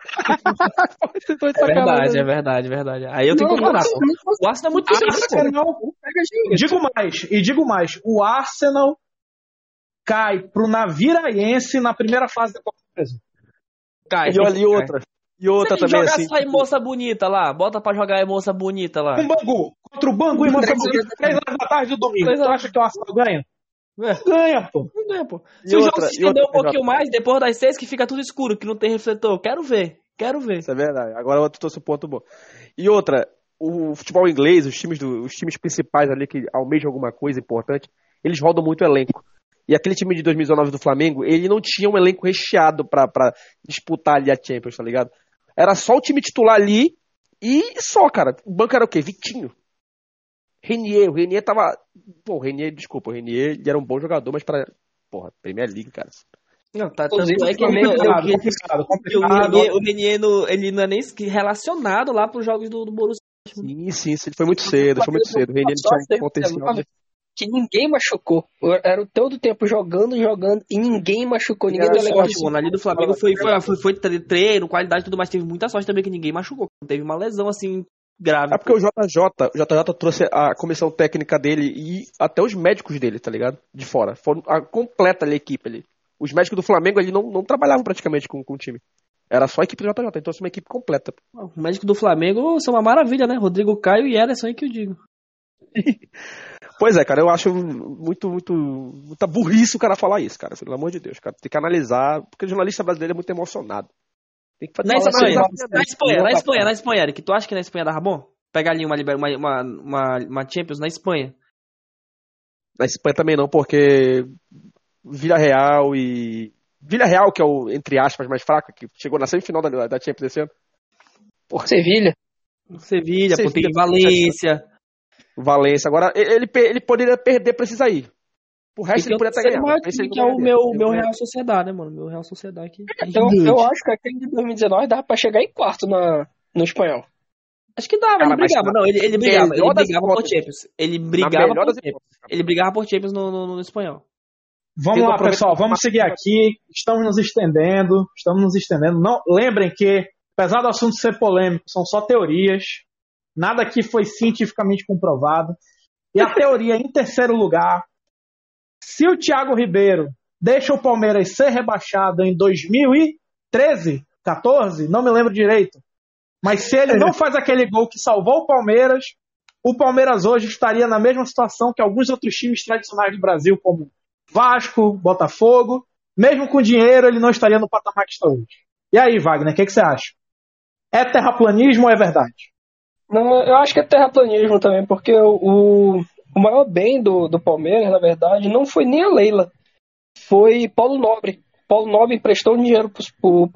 É verdade, é verdade, é verdade. Aí eu tenho que comparar. O Arsenal é muito Arsenal, digo mais, e digo mais, o Arsenal cai pro Naviraense na primeira fase da Copa do Brasil. Cai. E olha, e outra. E outra também, jogar assim. Jogar só moça bonita lá. Bota pra jogar a moça bonita lá. Com Bangu. Contra o Bangu e moça bonita. três horas da tarde do domingo. Tu acha que o Arsenal ganha? É. Ganha, pô. Não ganha, pô. E se outra, o jogo se estender um pouquinho outra, mais, depois das seis que fica tudo escuro, que não tem refletor. Quero ver. Quero ver. Isso é verdade. Agora tu trouxe um ponto bom. E outra, o futebol inglês, os times, do, os times principais ali que almejam alguma coisa importante, eles rodam muito elenco. E aquele time de dois mil e dezenove do Flamengo, ele não tinha um elenco recheado pra, pra disputar ali a Champions, tá ligado? Era só o time titular ali e só, cara. O banco era o quê? Vitinho. Renier. O Renier tava... Pô, o Renier, desculpa, o Renier ele era um bom jogador, mas pra... Porra, Premier League, cara. Não, tá tanto é que ele, complicado, eu, eu, complicado, eu, complicado. o Renier, o Renier no, ele não é nem relacionado lá pros jogos do, do Borussia. Sim, sim, ele foi muito cedo, foi muito cedo. O Renier tinha um potencial... Que ninguém machucou. Era o todo tempo jogando, jogando, e ninguém machucou. Ninguém deu sorte, mano. Ali do Flamengo foi, foi, foi, foi treino, qualidade e tudo mais. Teve muita sorte também que ninguém machucou. Não teve uma lesão assim grave. É porque o J J, o J J trouxe a comissão técnica dele e até os médicos dele, tá ligado? De fora. Foram a completa ali, a equipe ali. Os médicos do Flamengo ali não, não trabalhavam praticamente com, com o time. Era só a equipe do J J, então trouxe uma equipe completa. Os médicos do Flamengo são uma maravilha, né? Rodrigo Caio e Ederson aí que eu digo. Pois é, cara, eu acho muito, muito, muita burrice o cara falar isso, cara, pelo amor de Deus, cara, tem que analisar, porque o jornalista brasileiro é muito emocionado. Tem que fazer na, Espanha, assim, na, Espanha, na Espanha, na Espanha, Eric, tu acha que na Espanha dava bom? Pegar ali uma, uma, uma, uma Champions na Espanha? Na Espanha também não, porque Villarreal e... Villarreal, que é o, entre aspas, mais fraco, que chegou na semifinal da, da Champions esse ano. Porra. Sevilha. Sevilha, Sevilha, pô, tem Valência... Valência. Agora, ele, ele poderia perder pra esses aí. O resto ele poderia até ganhar. Esse que é o meu, meu Real Sociedade, né, mano? Meu Real Sociedade aqui. Então, eu acho que aquele de dois mil e dezenove dava pra chegar em quarto na, no espanhol. Acho que dava, cara, ele brigava. Não, ele, ele brigava. Ele brigava por Champions. Ele brigava por Champions. Ele brigava por Champions no, no, no espanhol. Vamos lá, pessoal. Vamos seguir aqui. Estamos nos estendendo. Estamos nos estendendo. Não, lembrem que, apesar do assunto ser polêmico, são só teorias. Nada aqui foi cientificamente comprovado. E a teoria, em terceiro lugar, se o Thiago Ribeiro deixa o Palmeiras ser rebaixado em dois mil e treze, quatorze, não me lembro direito, mas se ele não faz aquele gol que salvou o Palmeiras, o Palmeiras hoje estaria na mesma situação que alguns outros times tradicionais do Brasil, como Vasco, Botafogo. Mesmo com dinheiro, ele não estaria no patamar que está hoje. E aí, Wagner, o que, que você acha? É terraplanismo ou é verdade? Não, eu acho que é terraplanismo também, porque o, o maior bem do, do Palmeiras, na verdade, não foi nem a Leila, foi Paulo Nobre. Paulo Nobre emprestou um dinheiro para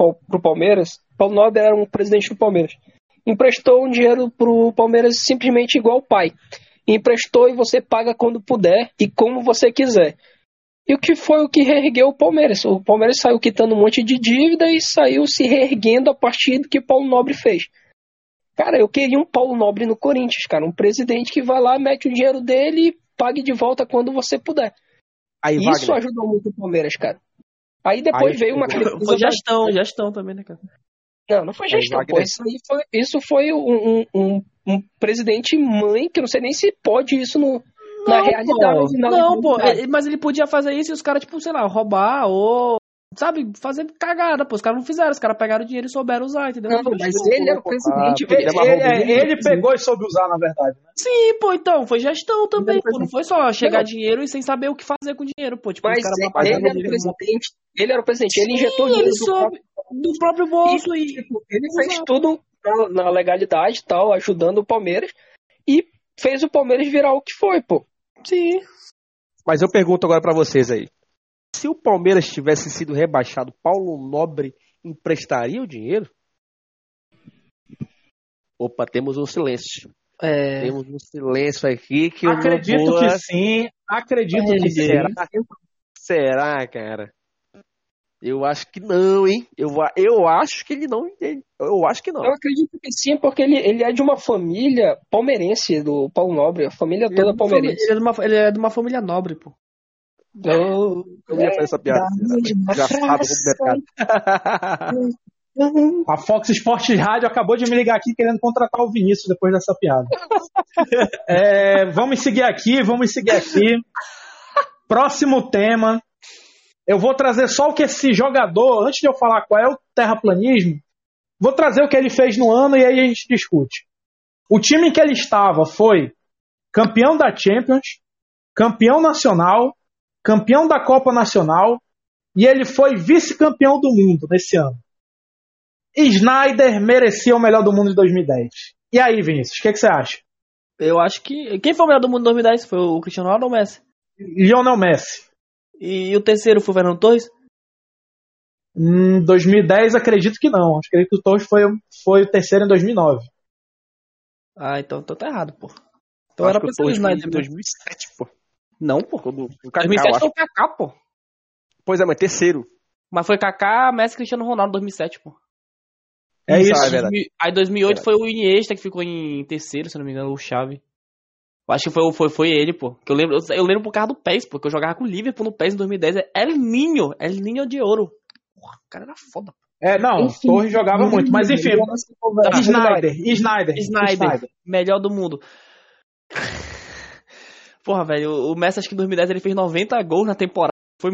o Palmeiras. Paulo Nobre era um presidente do Palmeiras. Emprestou um dinheiro para o Palmeiras simplesmente igual o pai. Emprestou e você paga quando puder e como você quiser. E o que foi o que reergueu o Palmeiras? O Palmeiras saiu quitando um monte de dívida e saiu se reerguendo a partir do que Paulo Nobre fez. Cara, eu queria um Paulo Nobre no Corinthians, cara. Um presidente que vai lá, mete o dinheiro dele e pague de volta quando você puder. Aí, Isso Wagner. ajudou muito o Palmeiras, cara. Aí depois aí, veio uma crise. Foi gestão, da... gestão também, né, cara? Não, não foi gestão, aí, pô. Isso, aí foi, isso foi um, um, um presidente mãe, que eu não sei nem se pode isso no, não, na realidade. Pô. Na não, pô, ele, mas ele podia fazer isso e os caras, tipo, sei lá, roubar ou... Sabe, fazer cagada, pô. Os caras não fizeram, os caras pegaram o dinheiro e souberam usar, entendeu? Não, mas ele era o presidente. Ah, ele, ele, ele pegou e soube usar, na verdade, né? Sim, pô, então, foi gestão também, pô. Não foi só chegar não. dinheiro e sem saber o que fazer com o dinheiro, pô. Tipo, mas os cara ele, ele era o presidente, ele era o presidente, ele injetou Sim, dinheiro ele do, próprio, do próprio bolso e... e tipo, ele fez Exato. tudo na, na legalidade e tal, ajudando o Palmeiras e fez o Palmeiras virar o que foi, pô. Sim. Mas eu pergunto agora pra vocês aí. Se o Palmeiras tivesse sido rebaixado, Paulo Nobre emprestaria o dinheiro? Opa, temos um silêncio. É... Temos um silêncio aqui que acredito eu vou... que sim, acredito é, que sim. Será? Será, cara? Eu acho que não, hein? Eu, eu acho que ele não entende. Eu acho que não. Eu acredito que sim, porque ele, ele é de uma família palmeirense, do Paulo Nobre, a família ele toda é palmeirense. Ele é, de uma, ele é de uma família nobre, pô. Eu, eu ia fazer essa piada. Engraçado como mercado. A Fox Sports Rádio acabou de me ligar aqui querendo contratar o Vinícius depois dessa piada. É, vamos seguir aqui, vamos seguir aqui. Próximo tema. Eu vou trazer só o que esse jogador, antes de eu falar qual é o terraplanismo, vou trazer o que ele fez no ano e aí a gente discute. O time em que ele estava foi campeão da Champions, campeão nacional, campeão da Copa Nacional e ele foi vice-campeão do mundo nesse ano. Sneijder merecia o melhor do mundo de dois mil e dez. E aí, Vinícius, o que, que você acha? Eu acho que... Quem foi o melhor do mundo em dois mil e dez? Foi o Cristiano Ronaldo ou o Messi? Lionel Messi. E o terceiro foi o Fernando Torres? Em hum, dois mil e dez, acredito que não. Acredito que o Torres foi, foi o terceiro em dois mil e nove. Ah, então, então tá errado, pô. Então acho era pra ser o o Sneijder. em dois mil e sete, pô. Não, pô. Do, do Kaká, dois mil e sete foi o Kaká, pô. Pois é, mas terceiro. Mas foi Kaká, Messi e Cristiano Ronaldo em dois mil e sete, pô. É isso. Aí, é verdade. Aí dois mil e oito é foi o Iniesta que ficou em terceiro, se não me engano, o Xavi. Eu acho que foi, foi, foi ele, pô. Que eu lembro, eu, eu lembro por causa do P E S, pô. Que eu jogava com o Liverpool no P E S em dois mil e dez. É El Ninho. El Ninho de ouro. Porra, o cara era foda. É, não, enfim, o Torres jogava muito. Mas enfim, Sneijder, Sneijder. Sneijder, melhor do mundo. Porra, velho, o Messi acho que em dois mil e dez ele fez noventa gols na temporada. Foi,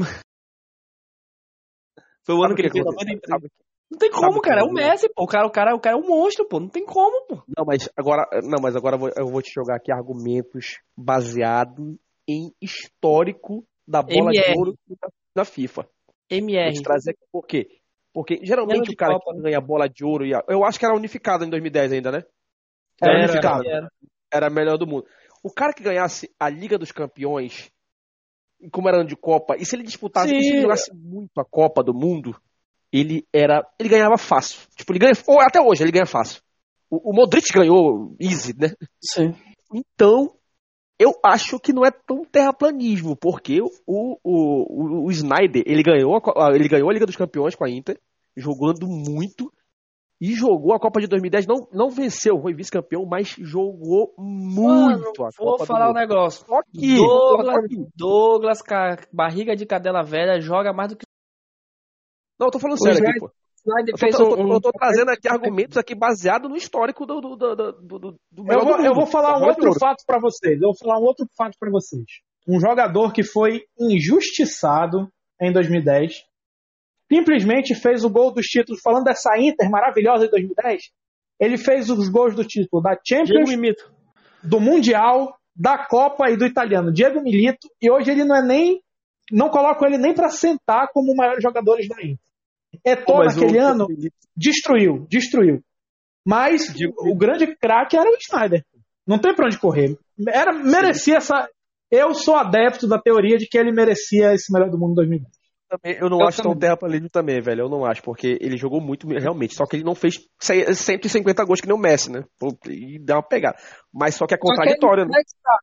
foi o ano que ele fez noventa e três. Não tem como, cara. É o Messi, pô. O cara, o, cara, o cara é um monstro, pô. Não tem como, pô. Não, mas agora, não, mas agora eu vou, eu vou te jogar aqui argumentos baseados em histórico da bola M R. de ouro da FIFA. M R. Vou te trazer aqui por quê? Porque geralmente o cara Copa, que ganha a bola de ouro, eu acho que era unificado em dois mil e dez ainda, né? Era, era unificado. Era. Era melhor do mundo. O cara que ganhasse a Liga dos Campeões, como era ano de Copa, e se ele disputasse, e se ele jogasse muito a Copa do Mundo, ele era. Ele ganhava fácil. Tipo, ele ganha. Ou até hoje ele ganha fácil. O, o Modric ganhou easy, né? Sim. Então, eu acho que não é tão terraplanismo, porque o, o, o, o Sneijder, ele ganhou, a, ele ganhou a Liga dos Campeões com a Inter, jogando muito, e jogou a Copa de dois mil e dez, não, não venceu, foi vice-campeão, mas jogou muito. Mano, a vou Copa falar um negócio. Só que Douglas, Douglas, barriga de cadela velha, joga mais do que... Não, eu tô falando sério aqui, pô. Eu tô, eu, tô, eu tô trazendo aqui argumentos aqui baseados no histórico do, do, do, do, do, do eu, vou, eu vou falar um outro fato pra vocês. Eu vou falar um outro fato pra vocês. Um jogador que foi injustiçado em dois mil e dez, simplesmente fez o gol dos títulos, falando dessa Inter maravilhosa de dois mil e dez, ele fez os gols do título da Champions, do Mundial, da Copa e do Italiano, Diego Milito, e hoje ele não é nem, não coloco ele nem pra sentar como os maiores jogadores da Inter. Eto'o naquele o... ano destruiu, destruiu. Mas o, o grande craque era o Sneijder. Não tem pra onde correr. Era, merecia essa. Eu sou adepto da teoria de que ele merecia esse melhor do mundo em dois mil e dez. Também, eu não eu acho também. tão terraplanismo também, velho. Eu não acho, porque ele jogou muito realmente. Só que ele não fez cento e cinquenta gols que nem o Messi, né? E dá uma pegada. Mas só que é contraditório, aí, né?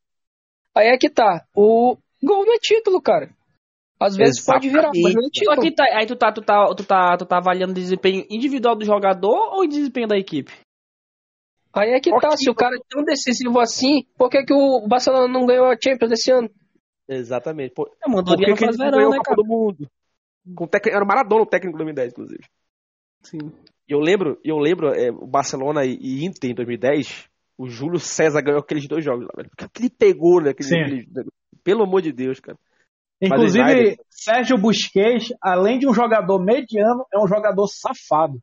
Aí é que tá. O gol não é título, cara. Às vezes Exatamente. Pode virar, mas não é título. Só que tá, aí tu tá, tu, tá, tu, tá, tu tá avaliando o desempenho individual do jogador ou o desempenho da equipe? Aí é que okay. tá, se o cara é tão decisivo assim, por que, que o Barcelona não ganhou a Champions desse ano? Exatamente. Por, é, mandou por que, que ele verão, não ganhou né, a Copa do Mundo? Com tec... Era o Maradona o técnico de dois mil e dez, inclusive. Sim. E eu lembro, eu lembro é, o Barcelona e Inter em dois mil e dez, o Júlio César ganhou aqueles dois jogos lá, velho. Porque ele pegou, né? Aquele, aquele, pelo amor de Deus, cara. Inclusive, Sérgio Busquets, além de um jogador mediano, é um jogador safado.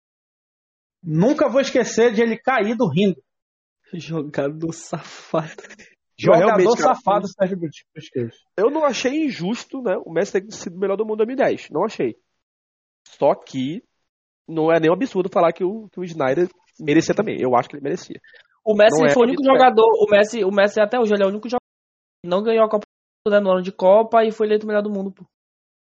Nunca vou esquecer de ele cair do rindo. Jogador safado. Jogador safado, Sérgio Busquets. Eu não achei injusto, né? O Messi ter sido o melhor do mundo em dois mil e dez. Não achei. Só que não é nem um absurdo falar que o, que o Sneijder merecia também. Eu acho que ele merecia. O Messi não foi é o único jogador. O Messi, o Messi até hoje ele é o único jogador que não ganhou a Copa, né, no ano de Copa e foi eleito o melhor do mundo, pô.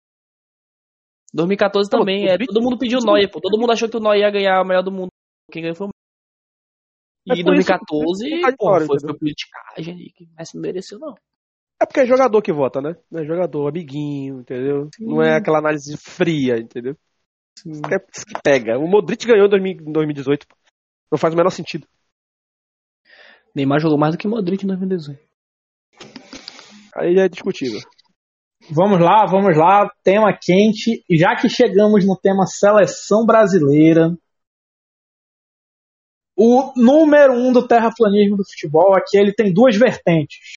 dois mil e catorze não, também, é, todo mundo pediu o Neuer, pô. Todo mundo achou que o Neuer ia ganhar o melhor do mundo. Quem ganhou foi o Messi. E em dois mil e catorze, pô, foi, foi, foi politicagem ali, que o Messi não mereceu, não. É porque é jogador que vota, né? Não é jogador, amiguinho, entendeu? Sim. Não é aquela análise fria, entendeu? Sim. É isso que pega. O Modric ganhou em dois mil e dezoito, pô. Não faz o menor sentido. Neymar jogou mais do que o Modric em dois mil e dezoito. Aí já é discutível. Vamos lá, vamos lá, tema quente. E já que chegamos no tema seleção brasileira, o número um do terraplanismo do futebol aqui, ele tem duas vertentes.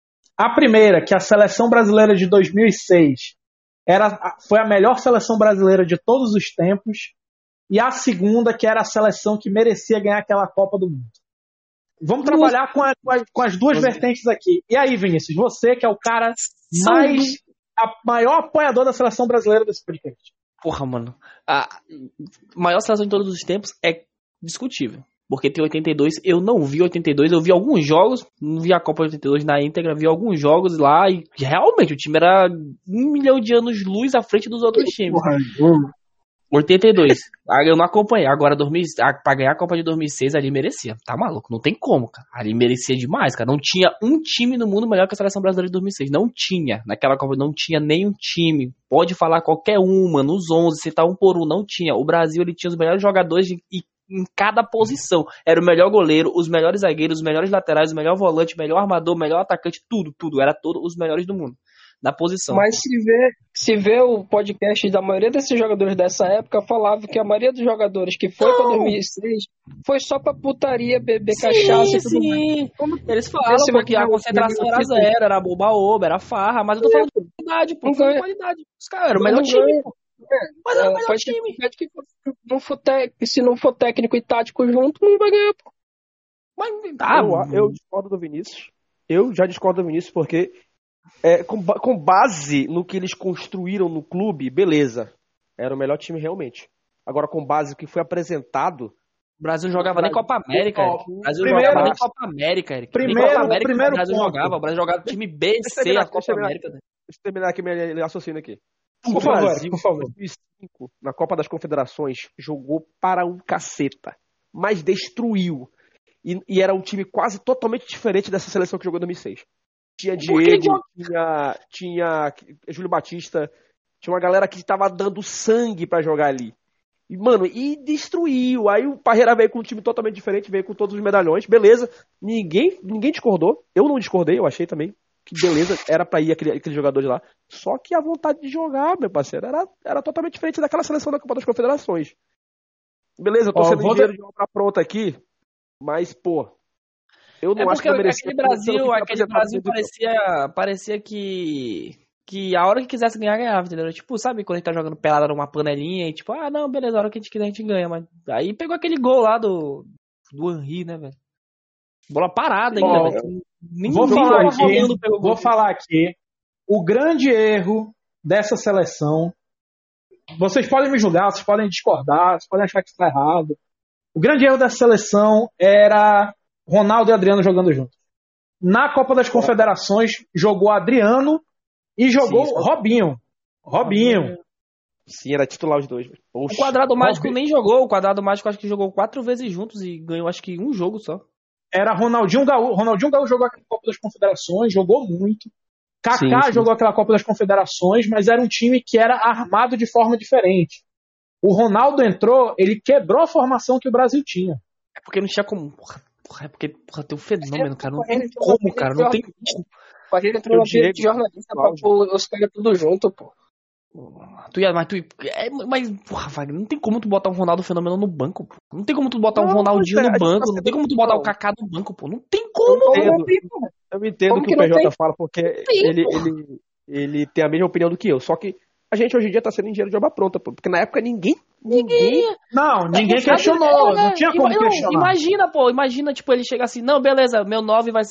A primeira, que a seleção brasileira de dois mil e seis era, foi a melhor seleção brasileira de todos os tempos. E a segunda, que era a seleção que merecia ganhar aquela Copa do Mundo. Vamos trabalhar com, a, com, a, com as duas vertentes aqui. E aí, Vinícius, você que é o cara mais... a maior apoiador da seleção brasileira desse podcast. Porra, mano. A maior seleção de todos os tempos é discutível. Porque tem oitenta e dois, eu não vi oitenta e dois, eu vi alguns jogos, não vi a Copa de oitenta e dois na íntegra, vi alguns jogos lá e realmente o time era um milhão de anos luz à frente dos outros times. Porra, oitenta e dois, eu não acompanhei. Agora, dois mil, pra ganhar a Copa de dois mil e seis, ali merecia. Tá maluco? Não tem como, cara. Ali merecia demais, cara. Não tinha um time no mundo melhor que a seleção brasileira de dois mil e seis. Não tinha. Naquela Copa não tinha nenhum time. Pode falar qualquer uma, nos onze, citar um por um. Não tinha. O Brasil, ele tinha os melhores jogadores de, e, em cada posição. Era o melhor goleiro, os melhores zagueiros, os melhores laterais, o melhor volante, o melhor armador, o melhor atacante, tudo, tudo. Era todos os melhores do mundo. Na posição. Mas se vê, se vê o podcast da maioria desses jogadores dessa época, falava que a maioria dos jogadores que foi para dois mil e seis foi só pra putaria, beber sim, cachaça e tudo sim. mais. Eles falam porque a concentração era zero, era boba-oba, era farra, mas eu tô falando de qualidade, pô, de qualidade. Os caras eram o melhor time, pô. Mas era o melhor time. Que não for tec... Se não for técnico e tático junto, não vai ganhar, pô. Mas, ah, eu, eu discordo do Vinícius. Eu já discordo do Vinícius porque É, com, com base no que eles construíram no clube, beleza. Era o melhor time realmente. Agora, com base no que foi apresentado... O Brasil não jogava nem Copa América, Eric. O Brasil primeiro, jogava nem Copa América, Eric. Primeiro, nem Copa América primeiro o Brasil ponto. jogava. O Brasil jogava time B, C, a Copa América. Deixa eu terminar aqui meu raciocínio aqui. Por o favor, Brasil, por favor. em dois mil e cinco, na Copa das Confederações, jogou para um caceta. Mas destruiu. E, e era um time quase totalmente diferente dessa seleção que jogou em dois mil e seis. Tinha Diego, tinha, tinha Júlio Batista, tinha uma galera que tava dando sangue pra jogar ali. E, mano, e destruiu. Aí o Parreira veio com um time totalmente diferente, veio com todos os medalhões, beleza. Ninguém, ninguém discordou. Eu não discordei, eu achei também que beleza, era pra ir aquele, aquele jogador de lá. Só que a vontade de jogar, meu parceiro, era, era totalmente diferente daquela seleção da Copa das Confederações. Beleza, eu tô Ó, sendo vou engenheiro de... de obra pronta aqui, mas, pô, eu não é acho que eu merecia. Aquele Brasil, aquele Brasil parecia, parecia que, que a hora que quisesse ganhar, ganhava, entendeu? Tipo, sabe quando a gente tá jogando pelada numa panelinha e tipo, ah, não, beleza, a hora que a gente quiser a gente ganha. Mas aí pegou aquele gol lá do, do Henry, né, velho? Bola parada ainda, Ó, velho. Vou falar aqui, vou falar aqui, o grande erro dessa seleção, vocês podem me julgar, vocês podem discordar, vocês podem achar que está errado. O grande erro dessa seleção era Ronaldo e Adriano jogando juntos. Na Copa das Confederações, jogou Adriano e jogou Sim, Robinho. Robinho. Sim, era titular os dois. Poxa, o Quadrado Mágico nem jogou. O Quadrado Mágico acho que jogou quatro vezes juntos e ganhou acho que um jogo só. Era Ronaldinho Gaúcho. Ronaldinho Gaúcho jogou aquela Copa das Confederações, jogou muito. Kaká sim, sim. jogou aquela Copa das Confederações, mas era um time que era armado de forma diferente. O Ronaldo entrou, ele quebrou a formação que o Brasil tinha. É porque não tinha como... Porra, porra, é porque porra, tem um fenômeno, cara. Não tem como, cara. Não tem como. A gente entrou na vida de jornalista pra pôr os caras tudo junto, pô. Tu ia, mas tu é, mas, porra, Wagner, não tem como tu botar um Ronaldo Fenômeno no banco, pô. Não tem como tu botar um Ronaldinho no banco, não tem como tu botar o Kaká no banco, pô. Não tem como, eu entendo, eu entendo o que, que o P J fala, porque tem, ele, ele, ele tem a mesma opinião do que eu. Só que a gente hoje em dia tá sendo engenheiro de obra pronta, pô. Porque na época ninguém. Ninguém. Não, ninguém questionou. Não tinha como não, questionar. Imagina, pô, imagina, tipo, ele chega assim, não, beleza, meu nove vai ser.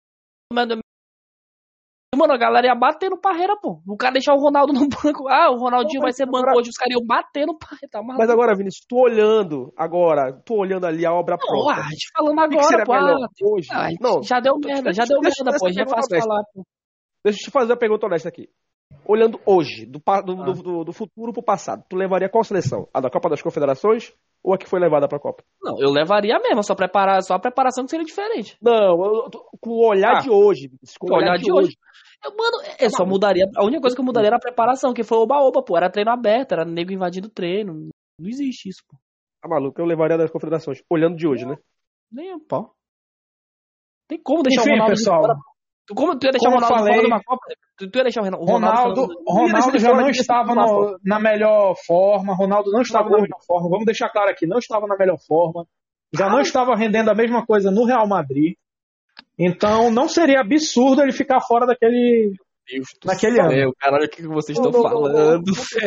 Mano, a galera ia bater no Parreira, pô. O cara deixar o Ronaldo no banco. Ah, o Ronaldinho não, vai ser banco agora... hoje. Os caras iam bater no Parreira. Tá mas agora, Vinícius, tu olhando agora, tu olhando ali a obra não, pronta. Ah, a gente falando agora, pô. Ah, hoje? Ah, não, já deu merda, já deu merda, pô. Já é fácil falar, pô. Deixa eu te fazer uma pergunta honesta aqui. Olhando hoje, do, do, ah. do, do, do futuro pro passado, tu levaria qual seleção? A da Copa das Confederações ou a que foi levada pra Copa? Não, eu levaria a mesma, só, preparar, só a preparação que seria diferente. Não, eu, com o olhar ah, de hoje. Com o olhar de, de hoje. hoje. Eu, mano, eu só mudaria. A única coisa que eu mudaria era a preparação, que foi o oba-oba, pô. Era treino aberto, era nego invadindo o treino. Não existe isso, pô. Tá maluco, eu levaria das confederações. Olhando de hoje, né? Nem a pau. Tem como deixar Enfim, o Ronaldo pessoal, de fora. Como tu ia deixar Como o Ronaldo falei, fora de uma Copa? Tu, tu ia deixar o Ronaldo... Ronaldo, Ronaldo já não estava no, na melhor forma, Ronaldo não estava na melhor forma, vamos deixar claro aqui, não estava na melhor forma, já não estava rendendo a mesma coisa no Real Madrid, então não seria absurdo ele ficar fora daquele, daquele ano. Meu, caralho, o que vocês estão falando?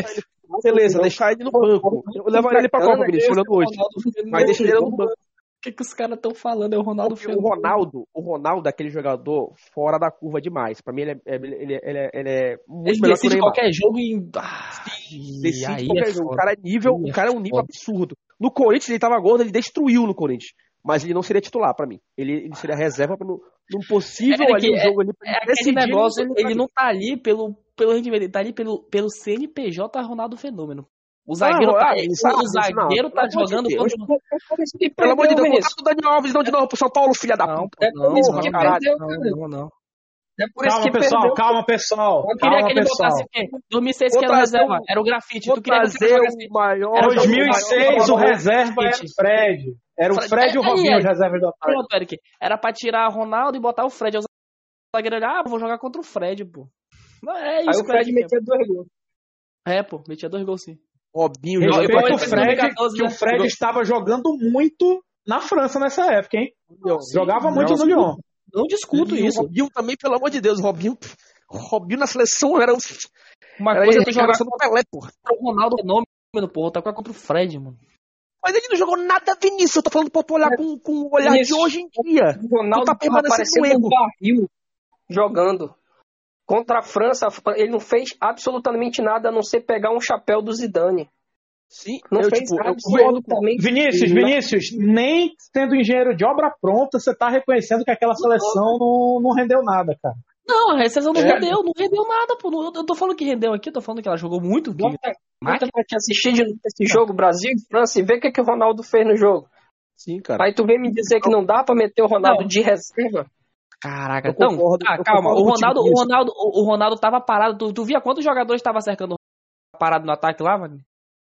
Beleza, deixar ele no banco. Eu levaria ele pra Copa, Vinícius, olhando hoje. Mas deixa ele no banco. O que, que os caras estão falando? É o Ronaldo Porque o Ronaldo, o Ronaldo é aquele jogador fora da curva demais. Pra mim, ele é, ele, ele, ele é, ele é muito ele melhor que o Neymar. qualquer jogo em... Ah, decide aí qualquer é jogo. O cara é nível, o cara é um nível foda. Absurdo. No Corinthians, ele tava gordo, ele destruiu no Corinthians. Mas ele não seria titular pra mim. Ele, ele seria reserva pra no, num possível é ali, um é, jogo ali. É aquele negócio, ele, ele não tá ali pelo, pelo rendimento, ele tá ali pelo, pelo C N P J Ronaldo Fenômeno. O zagueiro ah, tá, ah, sabe, o zagueiro não, tá jogando Deus, contra... Pelo amor de Deus, contrata o Daniel Alves não de novo pro São Paulo, filha da não, puta. É por isso não, que não, perdeu, não, não, não. É por calma, isso que pessoal, perdeu. calma, pessoal. Eu queria calma, que ele pessoal. botasse o quê? dois mil e seis que era o reserva, era o grafite. Tu queria trazer o maior... dois mil e seis o reserva era o Fred. Era o Fred e o Robinho, os reservas do ataque. Pronto, Eric. Era pra tirar o Ronaldo e botar o Fred. O zagueiro, ah, vou jogar contra o Fred, pô. Não, é isso. Aí o Fred metia dois gols. É, pô, metia dois gols sim. Robinho, respeito o Fred, catorze, que né? o Fred estava jogando muito na França nessa época, hein? Sim, Jogava não, muito no Lyon. Não discuto e isso. O Robinho também, pelo amor de Deus, o Robinho, Robinho na seleção era uma era coisa é tu jogar no Pelé, porra. O Ronaldo é nome, porra, tá contra o Fred, mano. Mas ele não jogou nada, Vinícius. Eu tô falando pra tu olhar é, com, com o olhar isso. de hoje em dia. O Ronaldo tá permanecendo no barril jogando. Contra a França, ele não fez absolutamente nada a não ser pegar um chapéu do Zidane. Sim, não eu, fez tipo, absolutamente Vinícius, nada. Vinícius, nem sendo engenheiro de obra pronta, você tá reconhecendo que aquela seleção não, não rendeu nada, cara. Não, a seleção não é. rendeu, não rendeu nada, pô. Eu tô falando que rendeu aqui, eu tô falando que ela jogou muito. Bota, bota pra te assistir de esse jogo, Brasil e França, e ver o que, que o Ronaldo fez no jogo. Sim, cara. Aí tu vem me dizer que não dá pra meter o Ronaldo não. de reserva? Caraca, então, concordo, ah, calma, o Ronaldo, o Ronaldo, o Ronaldo tava parado, tu, tu via quantos jogadores estavam cercando o parado no ataque lá, mano?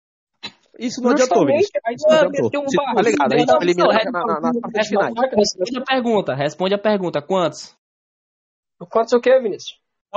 Isso não adiantou, Vinícius. Isso não adiantou. Um barro, tá ligado, a gente vai eliminar na, na, na parte final. Responde a pergunta, responde a pergunta, quantos? Quantos o quê, Vinícius?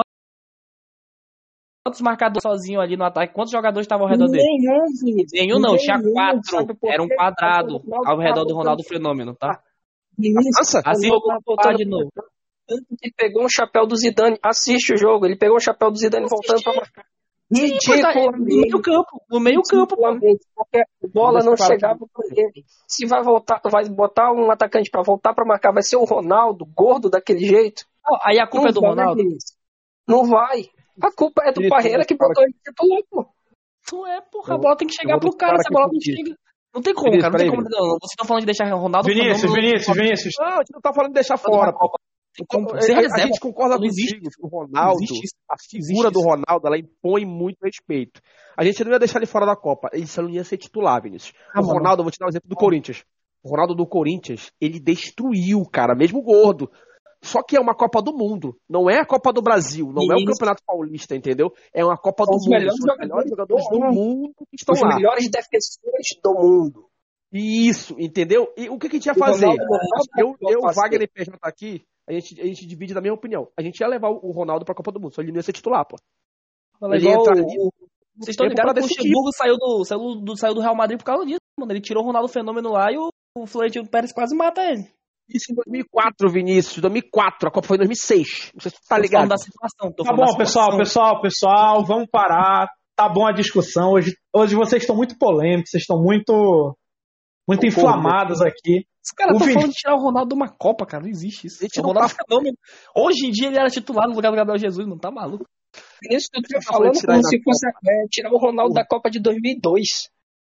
Quantos marcadores sozinho ali no ataque? Quantos jogadores estavam ao redor dele? Nenhum, Vinícius. Nenhum não, tinha quatro. Era um quadrado ao redor do Ronaldo Fenômeno, tá? Nossa, assim eu vou voltar de novo. Tanto que pegou um chapéu do Zidane. Assiste o jogo. Ele pegou um chapéu do Zidane voltando pra marcar. Ridículo. No meio campo. No meio campo. Porque a bola não chegava pra ele. Se vai voltar, vai botar um atacante pra voltar pra marcar, vai ser o Ronaldo, gordo daquele jeito. Oh, aí a culpa não é do vai, Ronaldo? Não vai. A culpa é do Parreira que botou ele titular, pô. Não é, porra. A bola tem que chegar pro cara. Se a bola não chega. Não tem como, Vinícius, cara. Não tem como. Não. Vocês estão falando de deixar o Ronaldo... Vinícius, não, Vinícius, não, Vinícius. Não, a gente não tá falando de deixar fora, pô. Então, a, a gente concorda com isso. O Ronaldo, a figura do Ronaldo, ela impõe muito respeito. A gente não ia deixar ele fora da Copa. Ele só não ia ser titular, Vinícius. Ah, o Ronaldo, eu vou te dar um exemplo do Corinthians. O Ronaldo do Corinthians, ele destruiu, cara, mesmo gordo. Só que é uma Copa do Mundo. Não é a Copa do Brasil. Não isso. é o Campeonato Paulista, entendeu? É uma Copa do os Mundo. Melhores São os melhores jogadores do mundo que estão os lá. Os melhores defensores do mundo. Isso, entendeu? E o que, que a gente ia fazer? Eu, eu Wagner e P J tá aqui, a gente, a gente divide da minha opinião. A gente ia levar o Ronaldo pra Copa do Mundo, só ele não ia ser titular, pô. Ele ia entrar ali. Vocês estão ligados que o Luxemburgo saiu do, saiu, do, saiu do Real Madrid por causa disso, mano. Ele tirou o Ronaldo Fenômeno lá e o, o Florentino Pérez quase mata ele. Isso em dois mil e quatro, Vinícius. dois mil e quatro. A Copa foi em dois mil e seis. Não sei se tu tá ligado. Da situação, tô tá bom, da pessoal, situação. pessoal, pessoal. Vamos parar. Tá bom a discussão. Hoje, hoje vocês estão muito polêmicos. Vocês estão muito, muito inflamados aqui. Os caras estão Vin... falando de tirar o Ronaldo de uma Copa, cara. Não existe isso. O Ronaldo tá... Fenômeno. Hoje em dia ele era titular no lugar do Gabriel Jesus. Não tá maluco? Isso que eu tô falando como se fosse é, tirar o Ronaldo da Copa de dois mil e dois.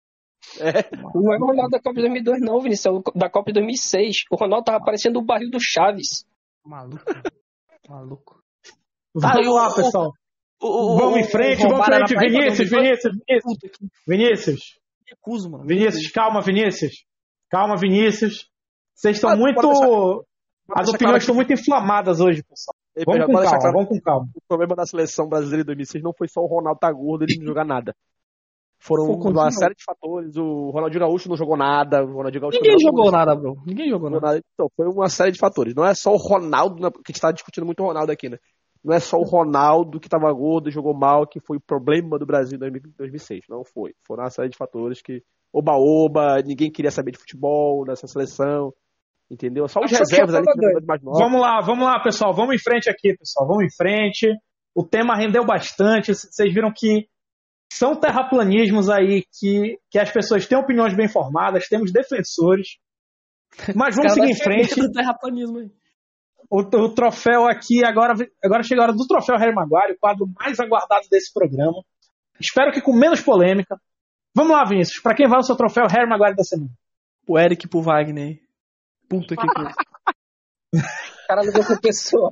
É. Não é o Ronaldo da Copa de dois mil e dois, não, Vinícius. É da Copa de dois mil e seis. O Ronaldo tava parecendo o barril do Chaves. Maluco. Maluco. Vamos lá, pessoal. O, o, vamos em frente, vamos em frente. Vinícius, Vinícius, Vinícius. Vinícius. Recuso, mano. Vinícius, calma, Vinícius. Calma, Vinícius. Vocês estão muito. As opiniões estão muito inflamadas hoje, pessoal. Vamos com calma, claro. vamos com calma. O problema da seleção brasileira em dois mil e seis não foi só o Ronaldo tá gordo e ele não jogar nada. Foram uma série de fatores. O Ronaldinho Gaúcho não jogou nada. O Ronaldinho Gaúcho Ninguém jogou nada, bro. Ninguém jogou nada. nada. Então, foi uma série de fatores. Não é só o Ronaldo, que a gente tá discutindo muito o Ronaldo aqui, né? Não é só o Ronaldo que tava gordo e jogou mal, que foi o problema do Brasil em dois mil e seis. Não foi. Foram uma série de fatores que oba-oba, ninguém queria saber de futebol nessa seleção. Entendeu? Só os Acho reservas ali. Que mais novos. Vamos lá, vamos lá, pessoal. Vamos em frente aqui, pessoal. Vamos em frente. O tema rendeu bastante. Vocês viram que são terraplanismos aí que, que as pessoas têm opiniões bem formadas, temos defensores. Mas vamos seguir em frente. Do terraplanismo aí. O, o troféu aqui, agora, agora chega a hora do troféu Harry Maguire, o quadro mais aguardado desse programa. Espero que com menos polêmica. Vamos lá, Vinícius. Para quem vai o seu troféu Harry Maguire da semana? O Eric pro Wagner. Puta que coisa. O cara ligou pro pessoal.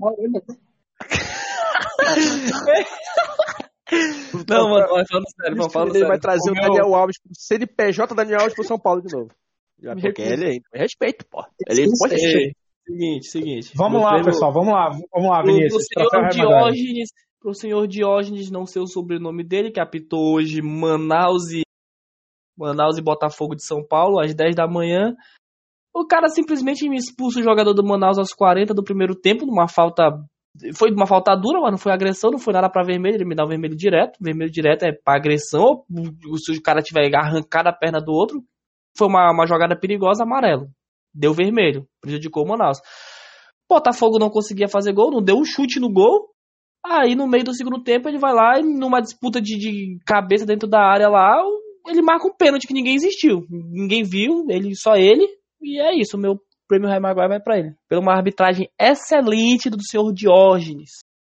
Não, mano, falando sério, vamos falando Ele sério. vai trazer o, o Daniel meu... Alves pro C N P J Daniel Alves pro São Paulo de novo. Já porque ele aí, respeito, pô. Ele Sim, pode ser. Seguinte, seguinte. Vamos lá, prêmio... pessoal, vamos lá, vamos lá, Vinícius. Pro senhor Diógenes, pro senhor Diógenes não ser o sobrenome dele, que apitou hoje Manaus e Manaus e Botafogo de São Paulo às dez da manhã. O cara simplesmente me expulsa o jogador do Manaus aos quarenta do primeiro tempo, numa falta. Foi uma falta dura, mas não foi agressão, não foi nada pra vermelho, ele me dá o vermelho direto. Vermelho direto é pra agressão, se o cara tiver arrancado a perna do outro, foi uma, uma jogada perigosa, amarelo. Deu vermelho, prejudicou o Manaus. Botafogo não conseguia fazer gol, não deu um chute no gol. Aí no meio do segundo tempo ele vai lá e numa disputa de, de cabeça dentro da área lá, ele marca um pênalti que ninguém existiu. Ninguém viu, ele, só ele. E é isso, o meu prêmio Harry Maguire vai pra ele. Pela uma arbitragem excelente do senhor Diógenes.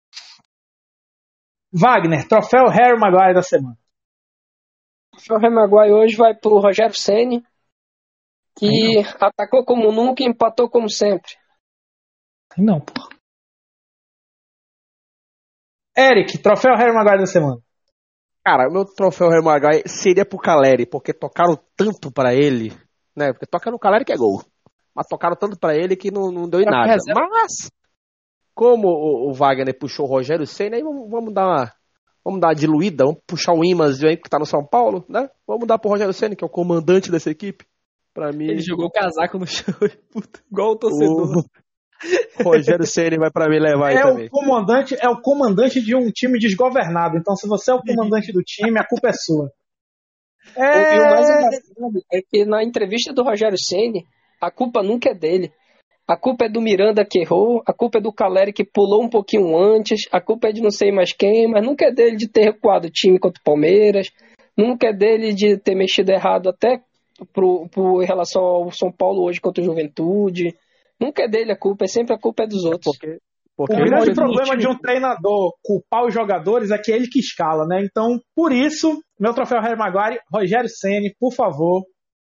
Wagner, troféu Harry Maguire da semana. O troféu Harry Maguire hoje vai pro Rogério Ceni, que Ai, atacou como nunca e empatou como sempre. Não, porra. Eric, troféu Harry Maguire da semana. Cara, o meu troféu Harry Maguire seria pro Caleri, porque tocaram tanto pra ele, né? Porque toca no Caleri que é gol. Mas tocaram tanto pra ele que não, não deu em nada. Reserva. Mas, como o, o Wagner puxou o Rogério Ceni, aí vamos, vamos dar uma, vamos dar uma diluída, vamos puxar o Imas aí que tá no São Paulo, né? Vamos dar pro Rogério Ceni, que é o comandante dessa equipe. Pra mim. Ele jogou o casaco no chão, puta, igual o torcedor. O Rogério Ceni vai pra mim levar aí é também. O comandante, é o comandante de um time desgovernado. Então, se você é o comandante do time, a culpa é sua. É... E o mais engraçado é que na entrevista do Rogério Ceni, a culpa nunca é dele. A culpa é do Miranda que errou, a culpa é do Caleri que pulou um pouquinho antes, a culpa é de não sei mais quem, mas nunca é dele de ter recuado o time contra o Palmeiras, nunca é dele de ter mexido errado até pro, pro, em relação ao São Paulo hoje contra o Juventude. Nunca é dele a culpa, é sempre a culpa é dos outros. Porque, porque o grande problema time... de um treinador culpar os jogadores é que é ele que escala, né? Então, por isso, meu troféu Harry Maguire, Rogério Ceni, por favor,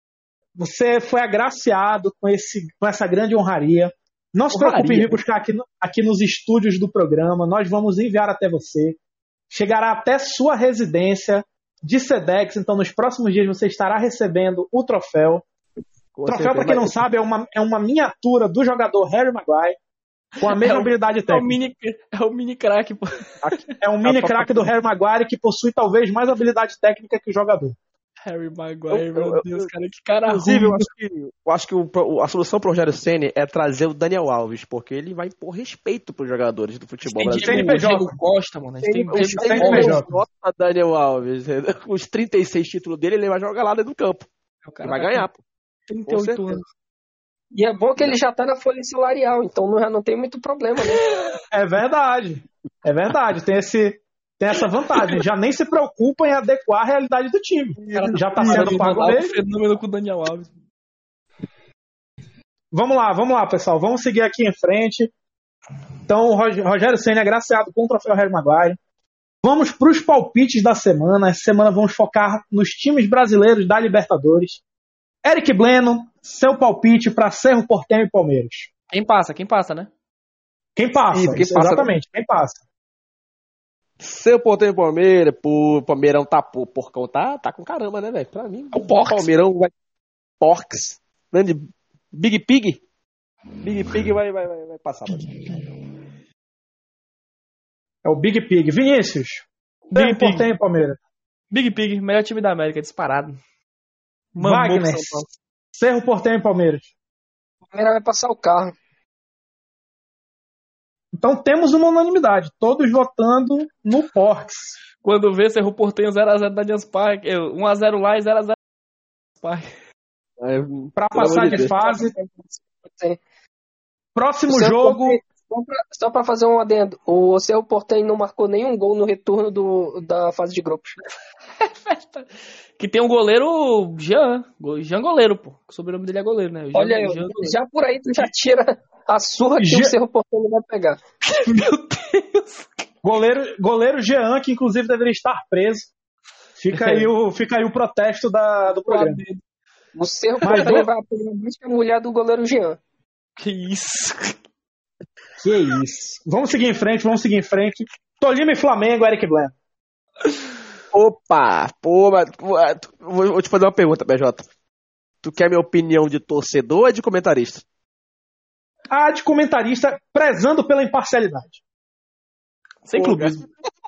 você foi agraciado com, esse, com essa grande honraria. Não se preocupe em vir buscar aqui, aqui nos estúdios do programa, nós vamos enviar até você. Chegará até sua residência de Sedex, então nos próximos dias você estará recebendo o troféu. O troféu, para quem não sabe, é uma, é uma miniatura do jogador Harry Maguire com a mesma é habilidade o, técnica. É o mini, é o mini craque. É um mini craque do Harry Maguire que possui talvez mais habilidade técnica que o jogador. Harry Maguire, eu, meu eu, Deus, eu, cara, que cara Inclusive, ruim. eu acho que, eu acho que o, a solução pro Rogério Ceni é trazer o Daniel Alves, porque ele vai impor respeito pros jogadores do futebol brasileiro. Tem Diego Costa, mano. A gente tem Diego Costa, Daniel Alves. Com os trinta e seis títulos dele, ele vai jogar lá dentro do campo. Ele vai ganhar, pô. trinta e oito anos. E é bom que ele já tá na folha salarial, então não, não tem muito problema, né? É verdade. É verdade. Tem, esse, tem essa vantagem. Já nem se preocupa em adequar a realidade do time. Já tá sendo pago dele. Fenômeno com o Daniel Alves. Vamos lá, vamos lá, pessoal. Vamos seguir aqui em frente. Então, o Rogério Ceni é agraciado com o troféu Harry Maguire. Vamos para os palpites da semana. Essa semana vamos focar nos times brasileiros da Libertadores. Eric Bleno, seu palpite para Cerro Porteño e Palmeiras. Quem passa? Quem passa, né? Quem passa, Isso, quem passa exatamente, quem passa. Cerro Porteño e Palmeiras, pô, Palmeirão tá, pô, porcão tá, tá com caramba, né, velho? Pra mim, é o Porcs. Palmeirão vai, Porcs, grande Big Pig, Big Pig vai, vai, vai, vai passar. Mano. É o Big Pig. Vinícius, Big Porteño e Palmeiras. Big Pig, melhor time da América, disparado. Mamou Wagner, Cerro Porteño e Palmeiras. Palmeiras vai passar o carro. Então temos uma unanimidade, todos votando no Porcs. Quando vê Cerro Porteño zero a zero da Allianz Parque, um a zero lá e zero a zero Parque. Para passar de fase. Próximo jogo. Só para fazer um adendo, o Cerro Porteño não marcou nenhum gol no retorno do, da fase de grupos. Que tem um goleiro Jean, Jean goleiro, pô. O sobrenome dele é goleiro, né? Jean, Olha, Jean já por aí tu já tira a surra que Jean... o Cerro Porteño vai pegar. Meu Deus. Goleiro, goleiro Jean, que inclusive deveria estar preso. Fica aí o, fica aí o protesto da, do programa. O Cerro Porteño vai apanhar mais que a mulher do goleiro Jean. Que isso? Que isso. Vamos seguir em frente, vamos seguir em frente. Tolima e Flamengo, Eric Blanc. Opa, pô, mas, vou te fazer uma pergunta, B J. Tu quer minha opinião de torcedor ou de comentarista? Ah, de comentarista, prezando pela imparcialidade. Sem clubismo.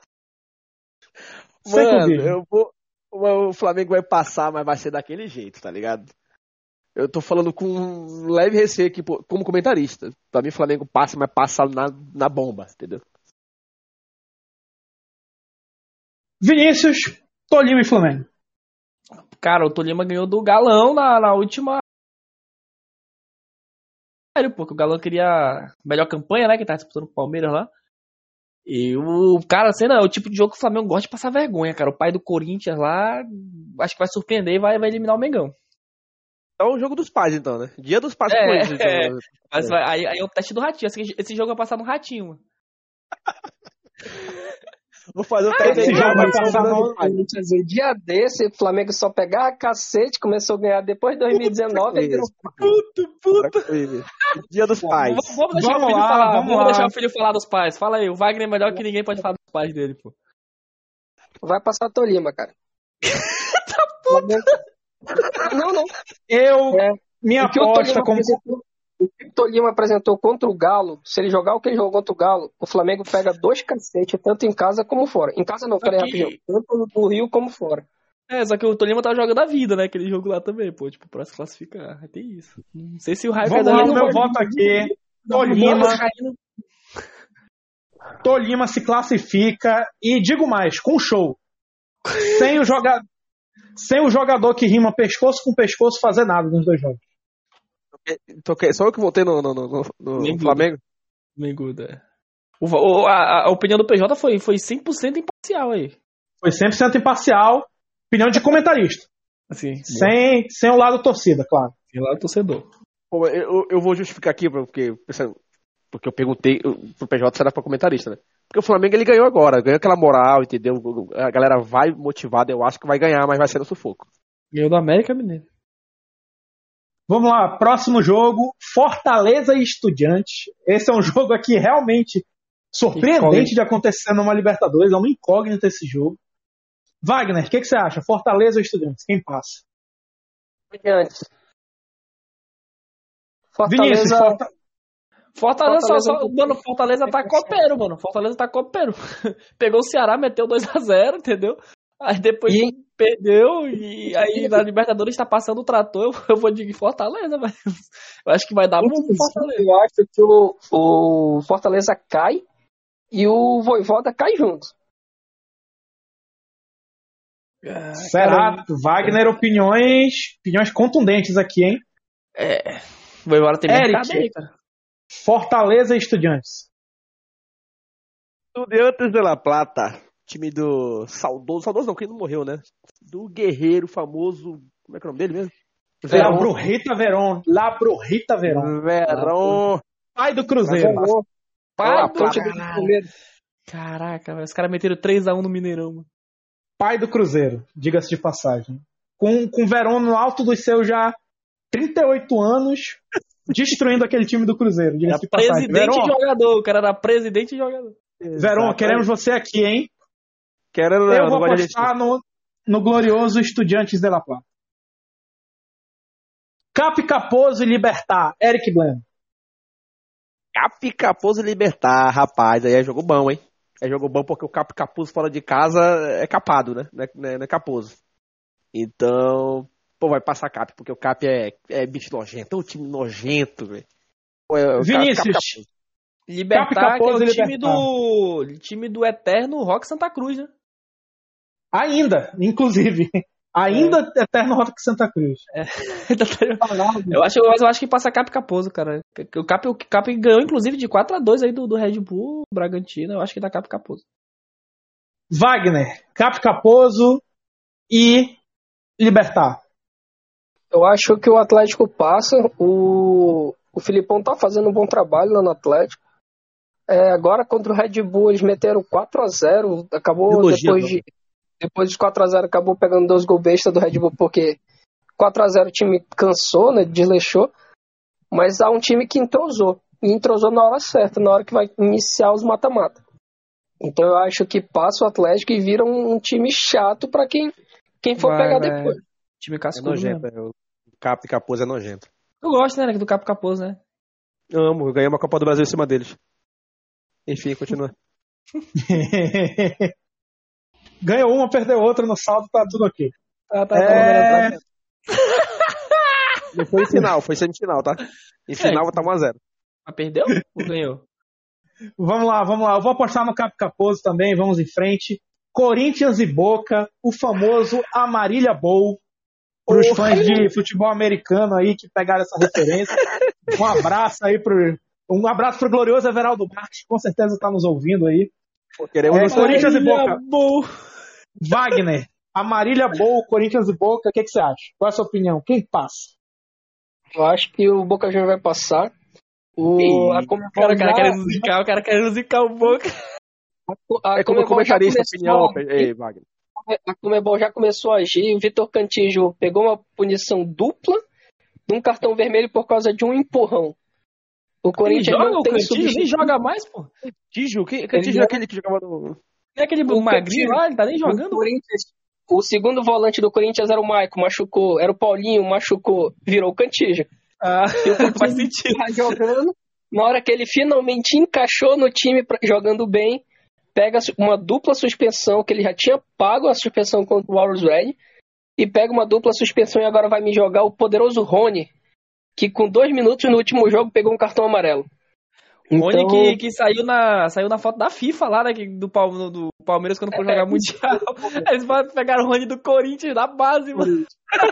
Sem clubismo. Eu vou, o Flamengo vai passar, mas vai ser daquele jeito, tá ligado? Eu tô falando com um leve receio aqui como comentarista. Pra mim, o Flamengo passa, mas passa na, na bomba, entendeu? Vinícius, Tolima e Flamengo. Cara, o Tolima ganhou do Galão na, na última. Sério, porque o Galão queria a melhor campanha, né? Que tá disputando com o Palmeiras lá. E o cara, assim, não, é o tipo de jogo que o Flamengo gosta de passar vergonha, cara. O pai do Corinthians lá, acho que vai surpreender e vai, vai eliminar o Mengão. É o jogo dos pais, então, né? Dia dos pais do é, Corinthians. Então, é. Mas vai, aí, aí é o teste do Ratinho. Esse, esse jogo vai passar no Ratinho, mano. Vou fazer o ah, teste. Esse jogo vai passar no Corinthians. O dia desse, o Flamengo só pegava cacete, começou a ganhar depois de dois mil e dezenove. Puta, virou... puta, puta. Dia dos pais. Vamos, vamos deixar, vamos o, filho lá, falar, vamos vamos deixar o filho falar dos pais. Fala aí, o Wagner é melhor que ninguém pode falar dos pais dele, pô. Vai passar Tolima, cara. Tá puta. Não, não. Eu, é, minha aposta como... O que o Tolima apresentou contra o Galo, se ele jogar o que ele jogou contra o Galo, o Flamengo pega dois cacetes, tanto em casa como fora. Em casa não, peraí, rapidinho. Tanto no Rio como fora. É, só que o Tolima tá jogando a vida, né? Aquele jogo lá também, pô, tipo, pra se classificar. Tem isso. Não sei se o Raio Vamos vai lá dar no meu voto aqui. Tolima. Tolima se classifica e digo mais, com show. Sem o jogador. Sem o jogador que rima pescoço com pescoço fazer nada nos dois jogos. Só eu que votei no, no, no, no Flamengo. Menguda. O, o, a, a opinião do P J foi, foi cem por cento imparcial aí. Foi cem por cento imparcial. Opinião de comentarista. Assim, sem, sem o lado torcida, claro. Sem o lado torcedor. Pô, eu, eu vou justificar aqui, porque, porque eu perguntei pro P J se era pra comentarista, né? Porque o Flamengo ele ganhou agora, ganhou aquela moral, entendeu? A galera vai motivada, eu acho que vai ganhar, mas vai ser no sufoco. Ganhou do América Mineiro. Vamos lá, próximo jogo, Fortaleza e Estudiantes. Esse é um jogo aqui realmente surpreendente incógnita. De acontecer numa Libertadores, é uma incógnita esse jogo. Wagner, o que, que você acha? Fortaleza ou Estudiantes? Quem passa? Estudiantes. Fortaleza... Vinícius, Forta... Fortaleza, Fortaleza, só, só, mano, Fortaleza tá copeiro, mano. Fortaleza tá copeiro. Pegou o Ceará, meteu dois a zero, entendeu? Aí depois e... perdeu, e aí na Libertadores tá passando o trator, eu, eu vou de Fortaleza, mas eu acho que vai dar muito Fortaleza. Eu acho que o, o Fortaleza cai e o Vojvoda cai junto. Ah, será? Cara, Wagner, opiniões, opiniões contundentes aqui, hein? É, o Vojvoda tem mercado aí, cara. Fortaleza e Estudiantes. Estudiantes de La Plata. Time do saudoso, saudoso não, que ele não morreu, né? Do guerreiro famoso, como é que é o nome dele mesmo? La Brujita Verón. La Brujita Verón. Verón. Pai do Cruzeiro. Pai do Cruzeiro. Caraca, os caras meteram três a um no Mineirão, mano. Pai do Cruzeiro, diga-se de passagem. Com, com Verón no alto dos seus já trinta e oito anos, destruindo aquele time do Cruzeiro, diga-se de passagem. Presidente e jogador, o cara era presidente e jogador. Verón, queremos você aqui, hein? Quero, eu vou apostar no, no glorioso Estudiantes de La Plata. Cap, Caposo e Libertar. Eric Blanc. Cap, Caposo e Libertar, rapaz. Aí é jogo bom, hein? é jogo bom porque o Cap Capuzzo fora de casa é capado, né? Não é, não é Capuzzo. Então, pô, vai passar Cap, porque o Cap é, é bicho nojento, é um time nojento, velho. É, Vinícius. Libertar, que é o time do, time do eterno Rock Santa Cruz, né? Ainda, inclusive. Ainda é. Eterno Rock Santa Cruz. É. eu, acho, eu acho que passa Cap Capozzo, cara. O Cap, o Cap ganhou, inclusive, de quatro a dois aí do, do Red Bull, Bragantino. Eu acho que dá Cap Capozzo. Wagner, Cap Capozzo e Libertar. Eu acho que o Atlético passa. O, o Filipão tá fazendo um bom trabalho lá no Atlético. É, agora contra o Red Bull eles meteram quatro a zero. Acabou Elogia, depois de... Depois de quatro a zero acabou pegando dois gols besta do Red Bull, porque quatro a zero o time cansou, né, desleixou, mas há um time que entrosou, e entrosou na hora certa, na hora que vai iniciar os mata-mata. Então eu acho que passa o Atlético e vira um, um time chato pra quem, quem for vai, pegar vai. depois. Time cascudo, é nojento, né? O Cap Capozzo é nojento. Eu gosto, né, do Cap Capozzo, né? Eu amo, eu ganhei uma Copa do Brasil em cima deles. Enfim, continua. Ganhou uma, perdeu outra no saldo, tá tudo ok. Tá, tá, é... tá. Não foi em final, foi semifinal, tá? Em final é. Tá um a zero. Mas perdeu ou ganhou? Vamos lá, vamos lá. Eu vou apostar no Cap Capozzo também, vamos em frente. Corinthians e Boca, o famoso Amarília Bowl. Para os oh, fãs de futebol americano aí que pegaram essa referência. Um abraço aí pro. Um abraço pro glorioso Everaldo Marques, que com certeza tá nos ouvindo aí. Pô, queremos é, Corinthians e Boca. Bowl. Wagner, Amarília Bowl, Corinthians e Boca, o que, que você acha? Qual é a sua opinião? Quem passa? Eu acho que o Boca Juniors vai passar. O, a Comebol cara, o cara já... querendo zicar, o cara querendo zicar o Boca. A, a é como comentarista opinião, ei, Wagner. A Comebol já começou a agir. O Vitor Cantillo pegou uma punição dupla de um cartão vermelho por causa de um empurrão. O Corinthians joga, não tem Cantillo nem joga mais, pô. Cantillo, que Cantillo é aquele que jogava no... Não é aquele o magrinho lá, ele tá nem jogando. O, o segundo volante do Corinthians era o Maicon, machucou. Era o Paulinho, machucou. Virou o Cantillo. Ah, faz sentido. Tá jogando. Na hora que ele finalmente encaixou no time pra, jogando bem, pega uma dupla suspensão, que ele já tinha pago a suspensão contra o Always Red, e pega uma dupla suspensão e agora vai me jogar o poderoso Rony, que com dois minutos no último jogo pegou um cartão amarelo. O Rony então... que, que saiu, na, saiu na foto da FIFA lá, né, do, do Palmeiras quando foi é, jogar é, Mundial. Eles pegaram o Rony do Corinthians da base, mano.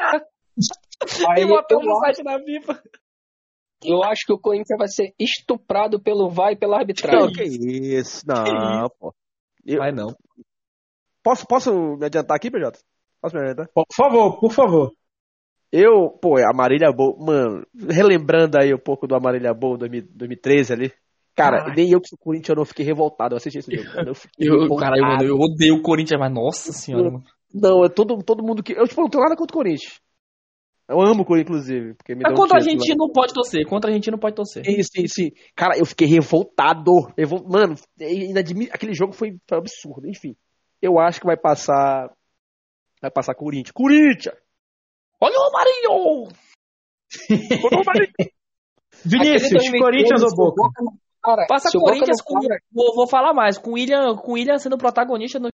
Aí, e botou no site da FIFA. Eu acho que o Corinthians vai ser estuprado pelo V A R e pela arbitragem. Não, que isso, não, que isso? Pô. Eu... Vai não. Posso, posso me adiantar aqui, P J? Posso me adiantar? Por favor, por favor. Eu, pô, Amarília Bowl, mano, relembrando aí um pouco do Amarília Bowl dois mil e treze ali, cara, ah. nem eu que sou Corinthians eu não fiquei revoltado, eu assisti esse jogo, mano, eu, eu Caralho, mano, eu odeio o Corinthians, mas nossa senhora, mano. Não, é todo, todo mundo que, eu tipo, não tenho nada contra o Corinthians. Eu amo o Corinthians, inclusive. Porque me mas contra um a gente não pode torcer. Contra a gente não pode torcer. Sim, sim, sim. Cara, eu fiquei revoltado. Revol... Mano, inadmi... aquele jogo foi, foi absurdo. Enfim, eu acho que vai passar. Vai passar Corinthians. Corinthians! Olha o Marinho! Olha o Marinho! Vinícius, Corinthians ou Boca? Cara, passa Corinthians com. Para... Vou, vou falar mais. Com o William, com o William sendo protagonista no.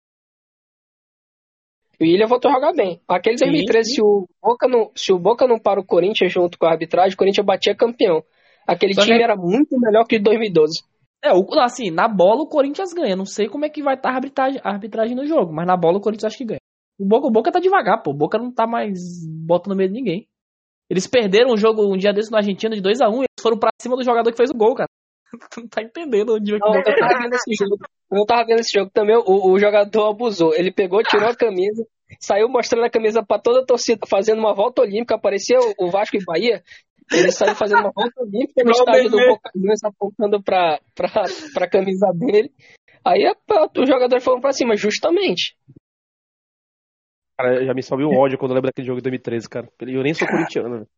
O William voltou a jogar bem. Aquele dois mil e treze, se o, Boca não, se o Boca não para o Corinthians junto com a arbitragem, o Corinthians batia campeão. Aquele Só time que... era muito melhor que o de dois mil e doze. É, assim, na bola o Corinthians ganha. Não sei como é que vai estar a arbitragem, a arbitragem no jogo, mas na bola o Corinthians acho que ganha. O Boca, o Boca tá devagar, pô. O Boca não tá mais botando no meio de ninguém. Eles perderam um jogo um dia desse no Argentina de dois a um e eles foram pra cima do jogador que fez o gol, cara. Tu não tá entendendo onde vai que não, eu tava vendo esse jogo. Eu tava vendo esse jogo também. O, o jogador abusou. Ele pegou, tirou a camisa, saiu mostrando a camisa pra toda a torcida, fazendo uma volta olímpica. Aparecia o, o Vasco e Bahia. Ele saiu fazendo uma volta olímpica no estádio do Boca Juniors, apontando pra, pra, pra camisa dele. Aí a, os jogadores foram pra cima, justamente. Cara, já me sobe o ódio quando eu lembro daquele jogo de dois mil e treze, cara. Eu nem sou corintiano, né?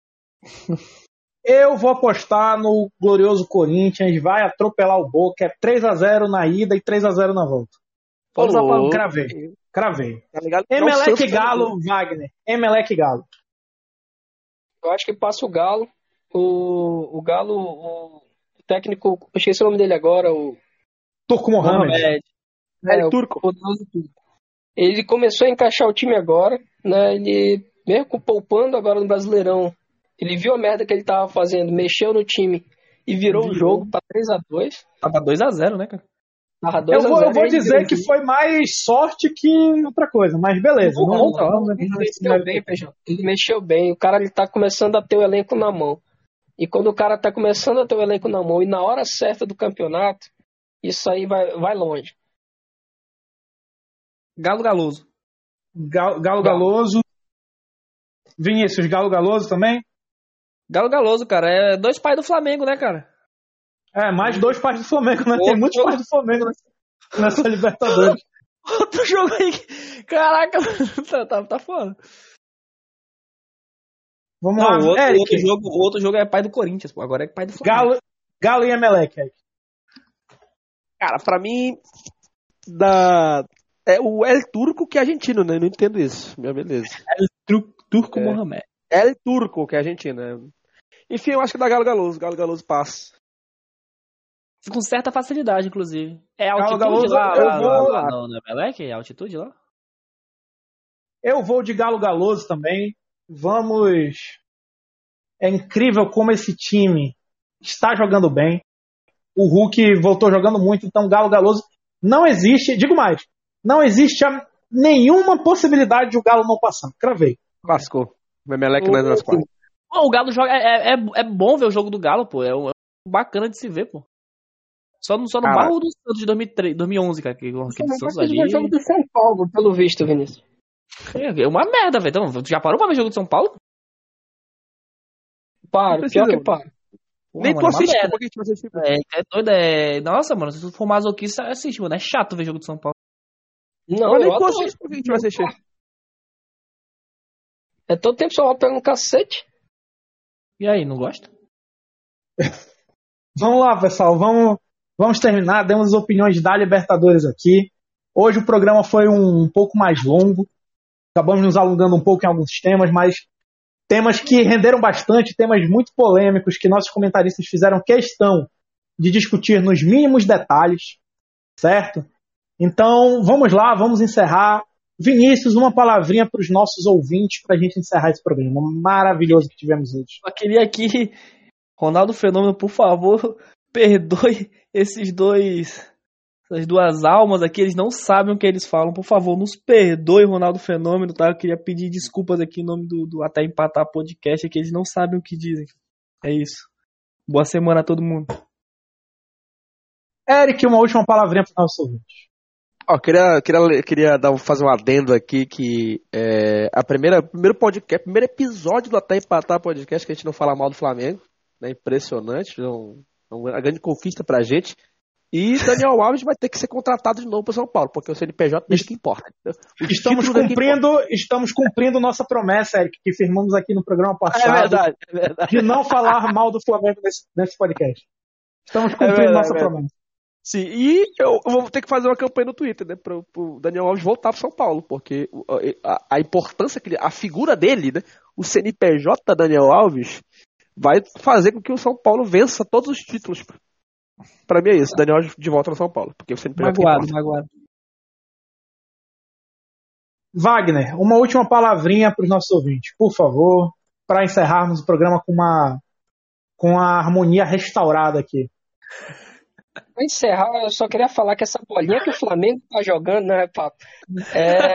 Eu vou apostar no glorioso Corinthians, vai atropelar o Boca, é três a zero na ida e três a zero na volta. Vamos lá, oh, cravei, cravei. Tá ligado? Emelec Galo, Wagner, Emelec Galo. Eu acho que passa o Galo, o, o Galo, o técnico, eu esqueci o nome dele agora, o Turco Mohamed. Mohamed. É, o turco. Poderoso turco. Ele começou a encaixar o time agora, né? Ele, mesmo poupando agora no Brasileirão, ele viu a merda que ele tava fazendo, mexeu no time e virou o jogo pra três a dois. Tava dois a zero, né, cara? Tava dois Eu a vou, zero. eu vou dizer que foi mais sorte que outra coisa, mas beleza. Não, Vamos, não, vamos, ele vamos, mexeu bem, Feijão. Ele mexeu bem. O cara ele tá começando a ter o elenco na mão. E quando o cara tá começando a ter o elenco na mão e na hora certa do campeonato, isso aí vai, vai longe. Galo Galoso. Galo, Galo Galoso. Vinícius, Galo Galoso também? Galo Galoso, cara. É dois pais do Flamengo, né, cara? É, mais dois pais do Flamengo, né? Tem Outro muitos jogo. pais do Flamengo nessa, nessa Libertadores. Outro jogo aí. que- Caraca, tá, tá, tá foda. Vamos Não, lá, o outro, Eric. outro jogo, o outro jogo é pai do Corinthians, pô. Agora é pai do Flamengo. Galo, Galo e Emelec, Eric. Cara, pra mim, da... é o El Turco que é argentino, né? Eu não entendo isso. Minha beleza. Tur- Turco É. Mohamed. El Turco que é argentino, né? Enfim, eu acho que dá Galo Galoso. Galo Galoso passa. Com certa facilidade, inclusive. É Galo altitude Galoso, lá, eu lá, vou- lá, lá no no Emelec? É altitude lá? Eu vou de Galo Galoso também. Vamos. É incrível como esse time está jogando bem. O Hulk voltou jogando muito, então Galo Galoso não existe. Digo mais, não existe a- nenhuma possibilidade de o Galo não passar. Cravei. Lascou. O Emelec não é nas quatro. Pô, o Galo joga. É, é, é bom ver o jogo do Galo, pô. É, um- é bacana de se ver, pô. Só no, só no Cara. barro do Santos de dois mil e três, dois mil e onze, cara. Que, aquele Santos Você viu o jogo ali. do São Paulo, pelo visto, Vinícius. É, é uma merda, velho. Então, tu já parou pra ver o jogo de São Paulo? Para, pior que para. Porra, Nem mano, tu é uma assiste, merda. por que a gente vai assistir? É, é doido, é. Nossa, mano, se tu for masoquista, assiste, mano. É chato ver jogo de São Paulo. Não, Mas eu nem tu adoro. assiste, por que a gente vai assistir? É todo tempo só pegando um cacete. E aí, não gosta? Vamos lá, pessoal. Vamos, vamos terminar. Demos as opiniões da Libertadores aqui. Hoje o programa foi um pouco mais longo. Acabamos nos alongando um pouco em alguns temas, mas temas que renderam bastante, temas muito polêmicos que nossos comentaristas fizeram questão de discutir nos mínimos detalhes, certo? Então, vamos lá, vamos encerrar. Vinícius, uma palavrinha para os nossos ouvintes para a gente encerrar esse programa maravilhoso que tivemos hoje. Eu queria aqui, Ronaldo Fenômeno, por favor, perdoe esses dois, essas duas almas aqui, eles não sabem o que eles falam. Por favor, nos perdoe, Ronaldo Fenômeno, tá? Eu queria pedir desculpas aqui em nome do, do Até Empatar Podcast, que eles não sabem o que dizem. É isso. Boa semana a todo mundo. Eric, uma última palavrinha para os nossos ouvintes. Ó, queria, queria, queria dar, fazer um adendo aqui que é, a primeira, primeiro podcast, primeiro episódio do Até Empatar Podcast que a gente não fala mal do Flamengo, né? Impressionante, é um, é uma grande conquista pra gente. E Daniel Alves vai ter que ser contratado de novo para São Paulo, porque o C N P J é que importa. O Estamos título é que importa. cumprindo, estamos cumprindo nossa promessa, Eric, que firmamos aqui no programa passado, É verdade, é verdade. de não falar mal do Flamengo nesse, nesse podcast. Estamos cumprindo É verdade, nossa é verdade. promessa. Sim, e eu, eu vou ter que fazer uma campanha no Twitter, né, para o Daniel Alves voltar para São Paulo, porque a, a importância, que ele, a figura dele, né, o C N P J Daniel Alves, vai fazer com que o São Paulo vença todos os títulos. Para mim é isso, Daniel Alves de volta no São Paulo, porque o C N P J Magoado, importa. magoado. Wagner, uma última palavrinha para os nossos ouvintes, por favor, para encerrarmos o programa com uma com a harmonia restaurada aqui. Pra encerrar, eu só queria falar que essa bolinha que o Flamengo tá jogando, né, papo? É.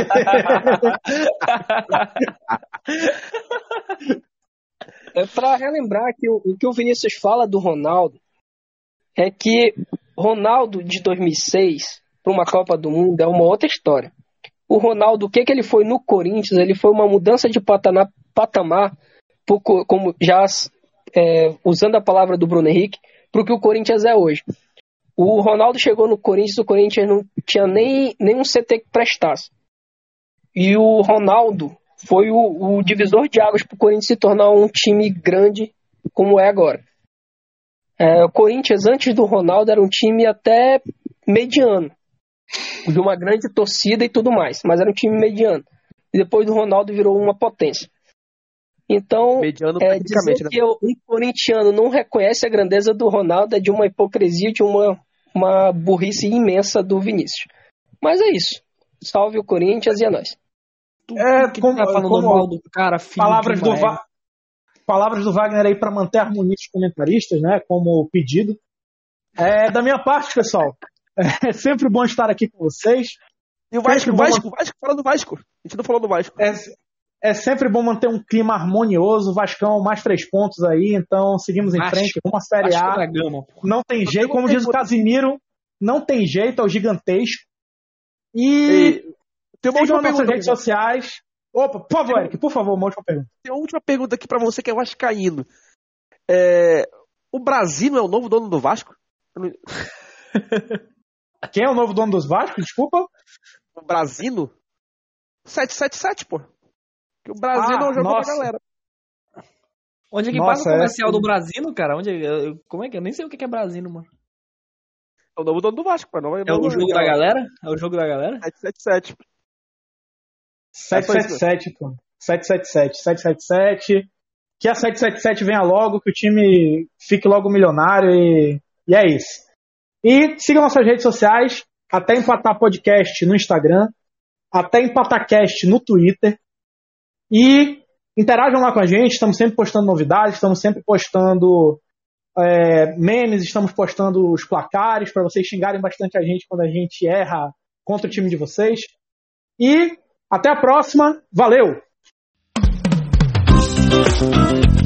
É pra relembrar que o, o que o Vinícius fala do Ronaldo é que Ronaldo de dois mil e seis para uma Copa do Mundo é uma outra história. O Ronaldo, o que, que ele foi no Corinthians? Ele foi uma mudança de patamar, patamar pro, como já é, usando a palavra do Bruno Henrique, para o que o Corinthians é hoje. O Ronaldo chegou no Corinthians, o Corinthians não tinha nem, nem um C T que prestasse. E o Ronaldo foi o, o divisor de águas para o Corinthians se tornar um time grande como é agora. É, o Corinthians, antes do Ronaldo, era um time até mediano, de uma grande torcida e tudo mais, mas era um time mediano. E depois do Ronaldo virou uma potência. Então, Mediano É, é, tecnicamente, dizer né? que eu, um corintiano não reconhece a grandeza do Ronaldo é de uma hipocrisia, de uma uma burrice imensa do Vinícius. Mas é isso. Salve o Corinthians e é nóis. É, que como, tá falando como mal do cara, filho palavras, de do uma Va- palavras do Wagner aí para manter a harmonia dos comentaristas, né? Como pedido. É, da minha parte, pessoal, é sempre bom estar aqui com vocês. E o Vasco, Sempre o bom Vasco, o Vasco, fala do Vasco. A gente não falou do Vasco. É, é sempre bom manter um clima harmonioso. Vascão, mais três pontos aí. Então, seguimos em Vasco, frente. Rumo à Série Vasco A. da Gama, pô. Não tem jeito. Como diz o Casimiro, não tem jeito. É o gigantesco. E... E tem uma sigam última nas nossas pergunta. redes sociais. Opa, por favor, Eric, por favor, uma última pergunta. Tem uma última pergunta aqui pra você que é vascaíno. É, o Brasino é o novo dono do Vasco? Quem é o novo dono dos Vasco? Desculpa. O Brasino? sete sete sete, pô. Que o Brasino Ah, é o jogo da nossa. galera. Onde é que Nossa, passa o comercial é- do Brasino, cara? Onde é- eu- como é que eu nem sei o que é Brasino, mano? É o novo dono do Vasco, pô. Não, É o jogo da galera? É o jogo da galera? sete sete sete. sete sete sete, pô. sete sete sete. sete sete sete. Que a sete sete sete venha logo, que o time fique logo milionário e, e é isso. E sigam nossas redes sociais, até Empatar Podcast no Instagram, até EmpatarCast no Twitter. E interajam lá com a gente, estamos sempre postando novidades, estamos sempre postando é, memes, estamos postando os placares para vocês xingarem bastante a gente quando a gente erra contra o time de vocês. E até a próxima, valeu!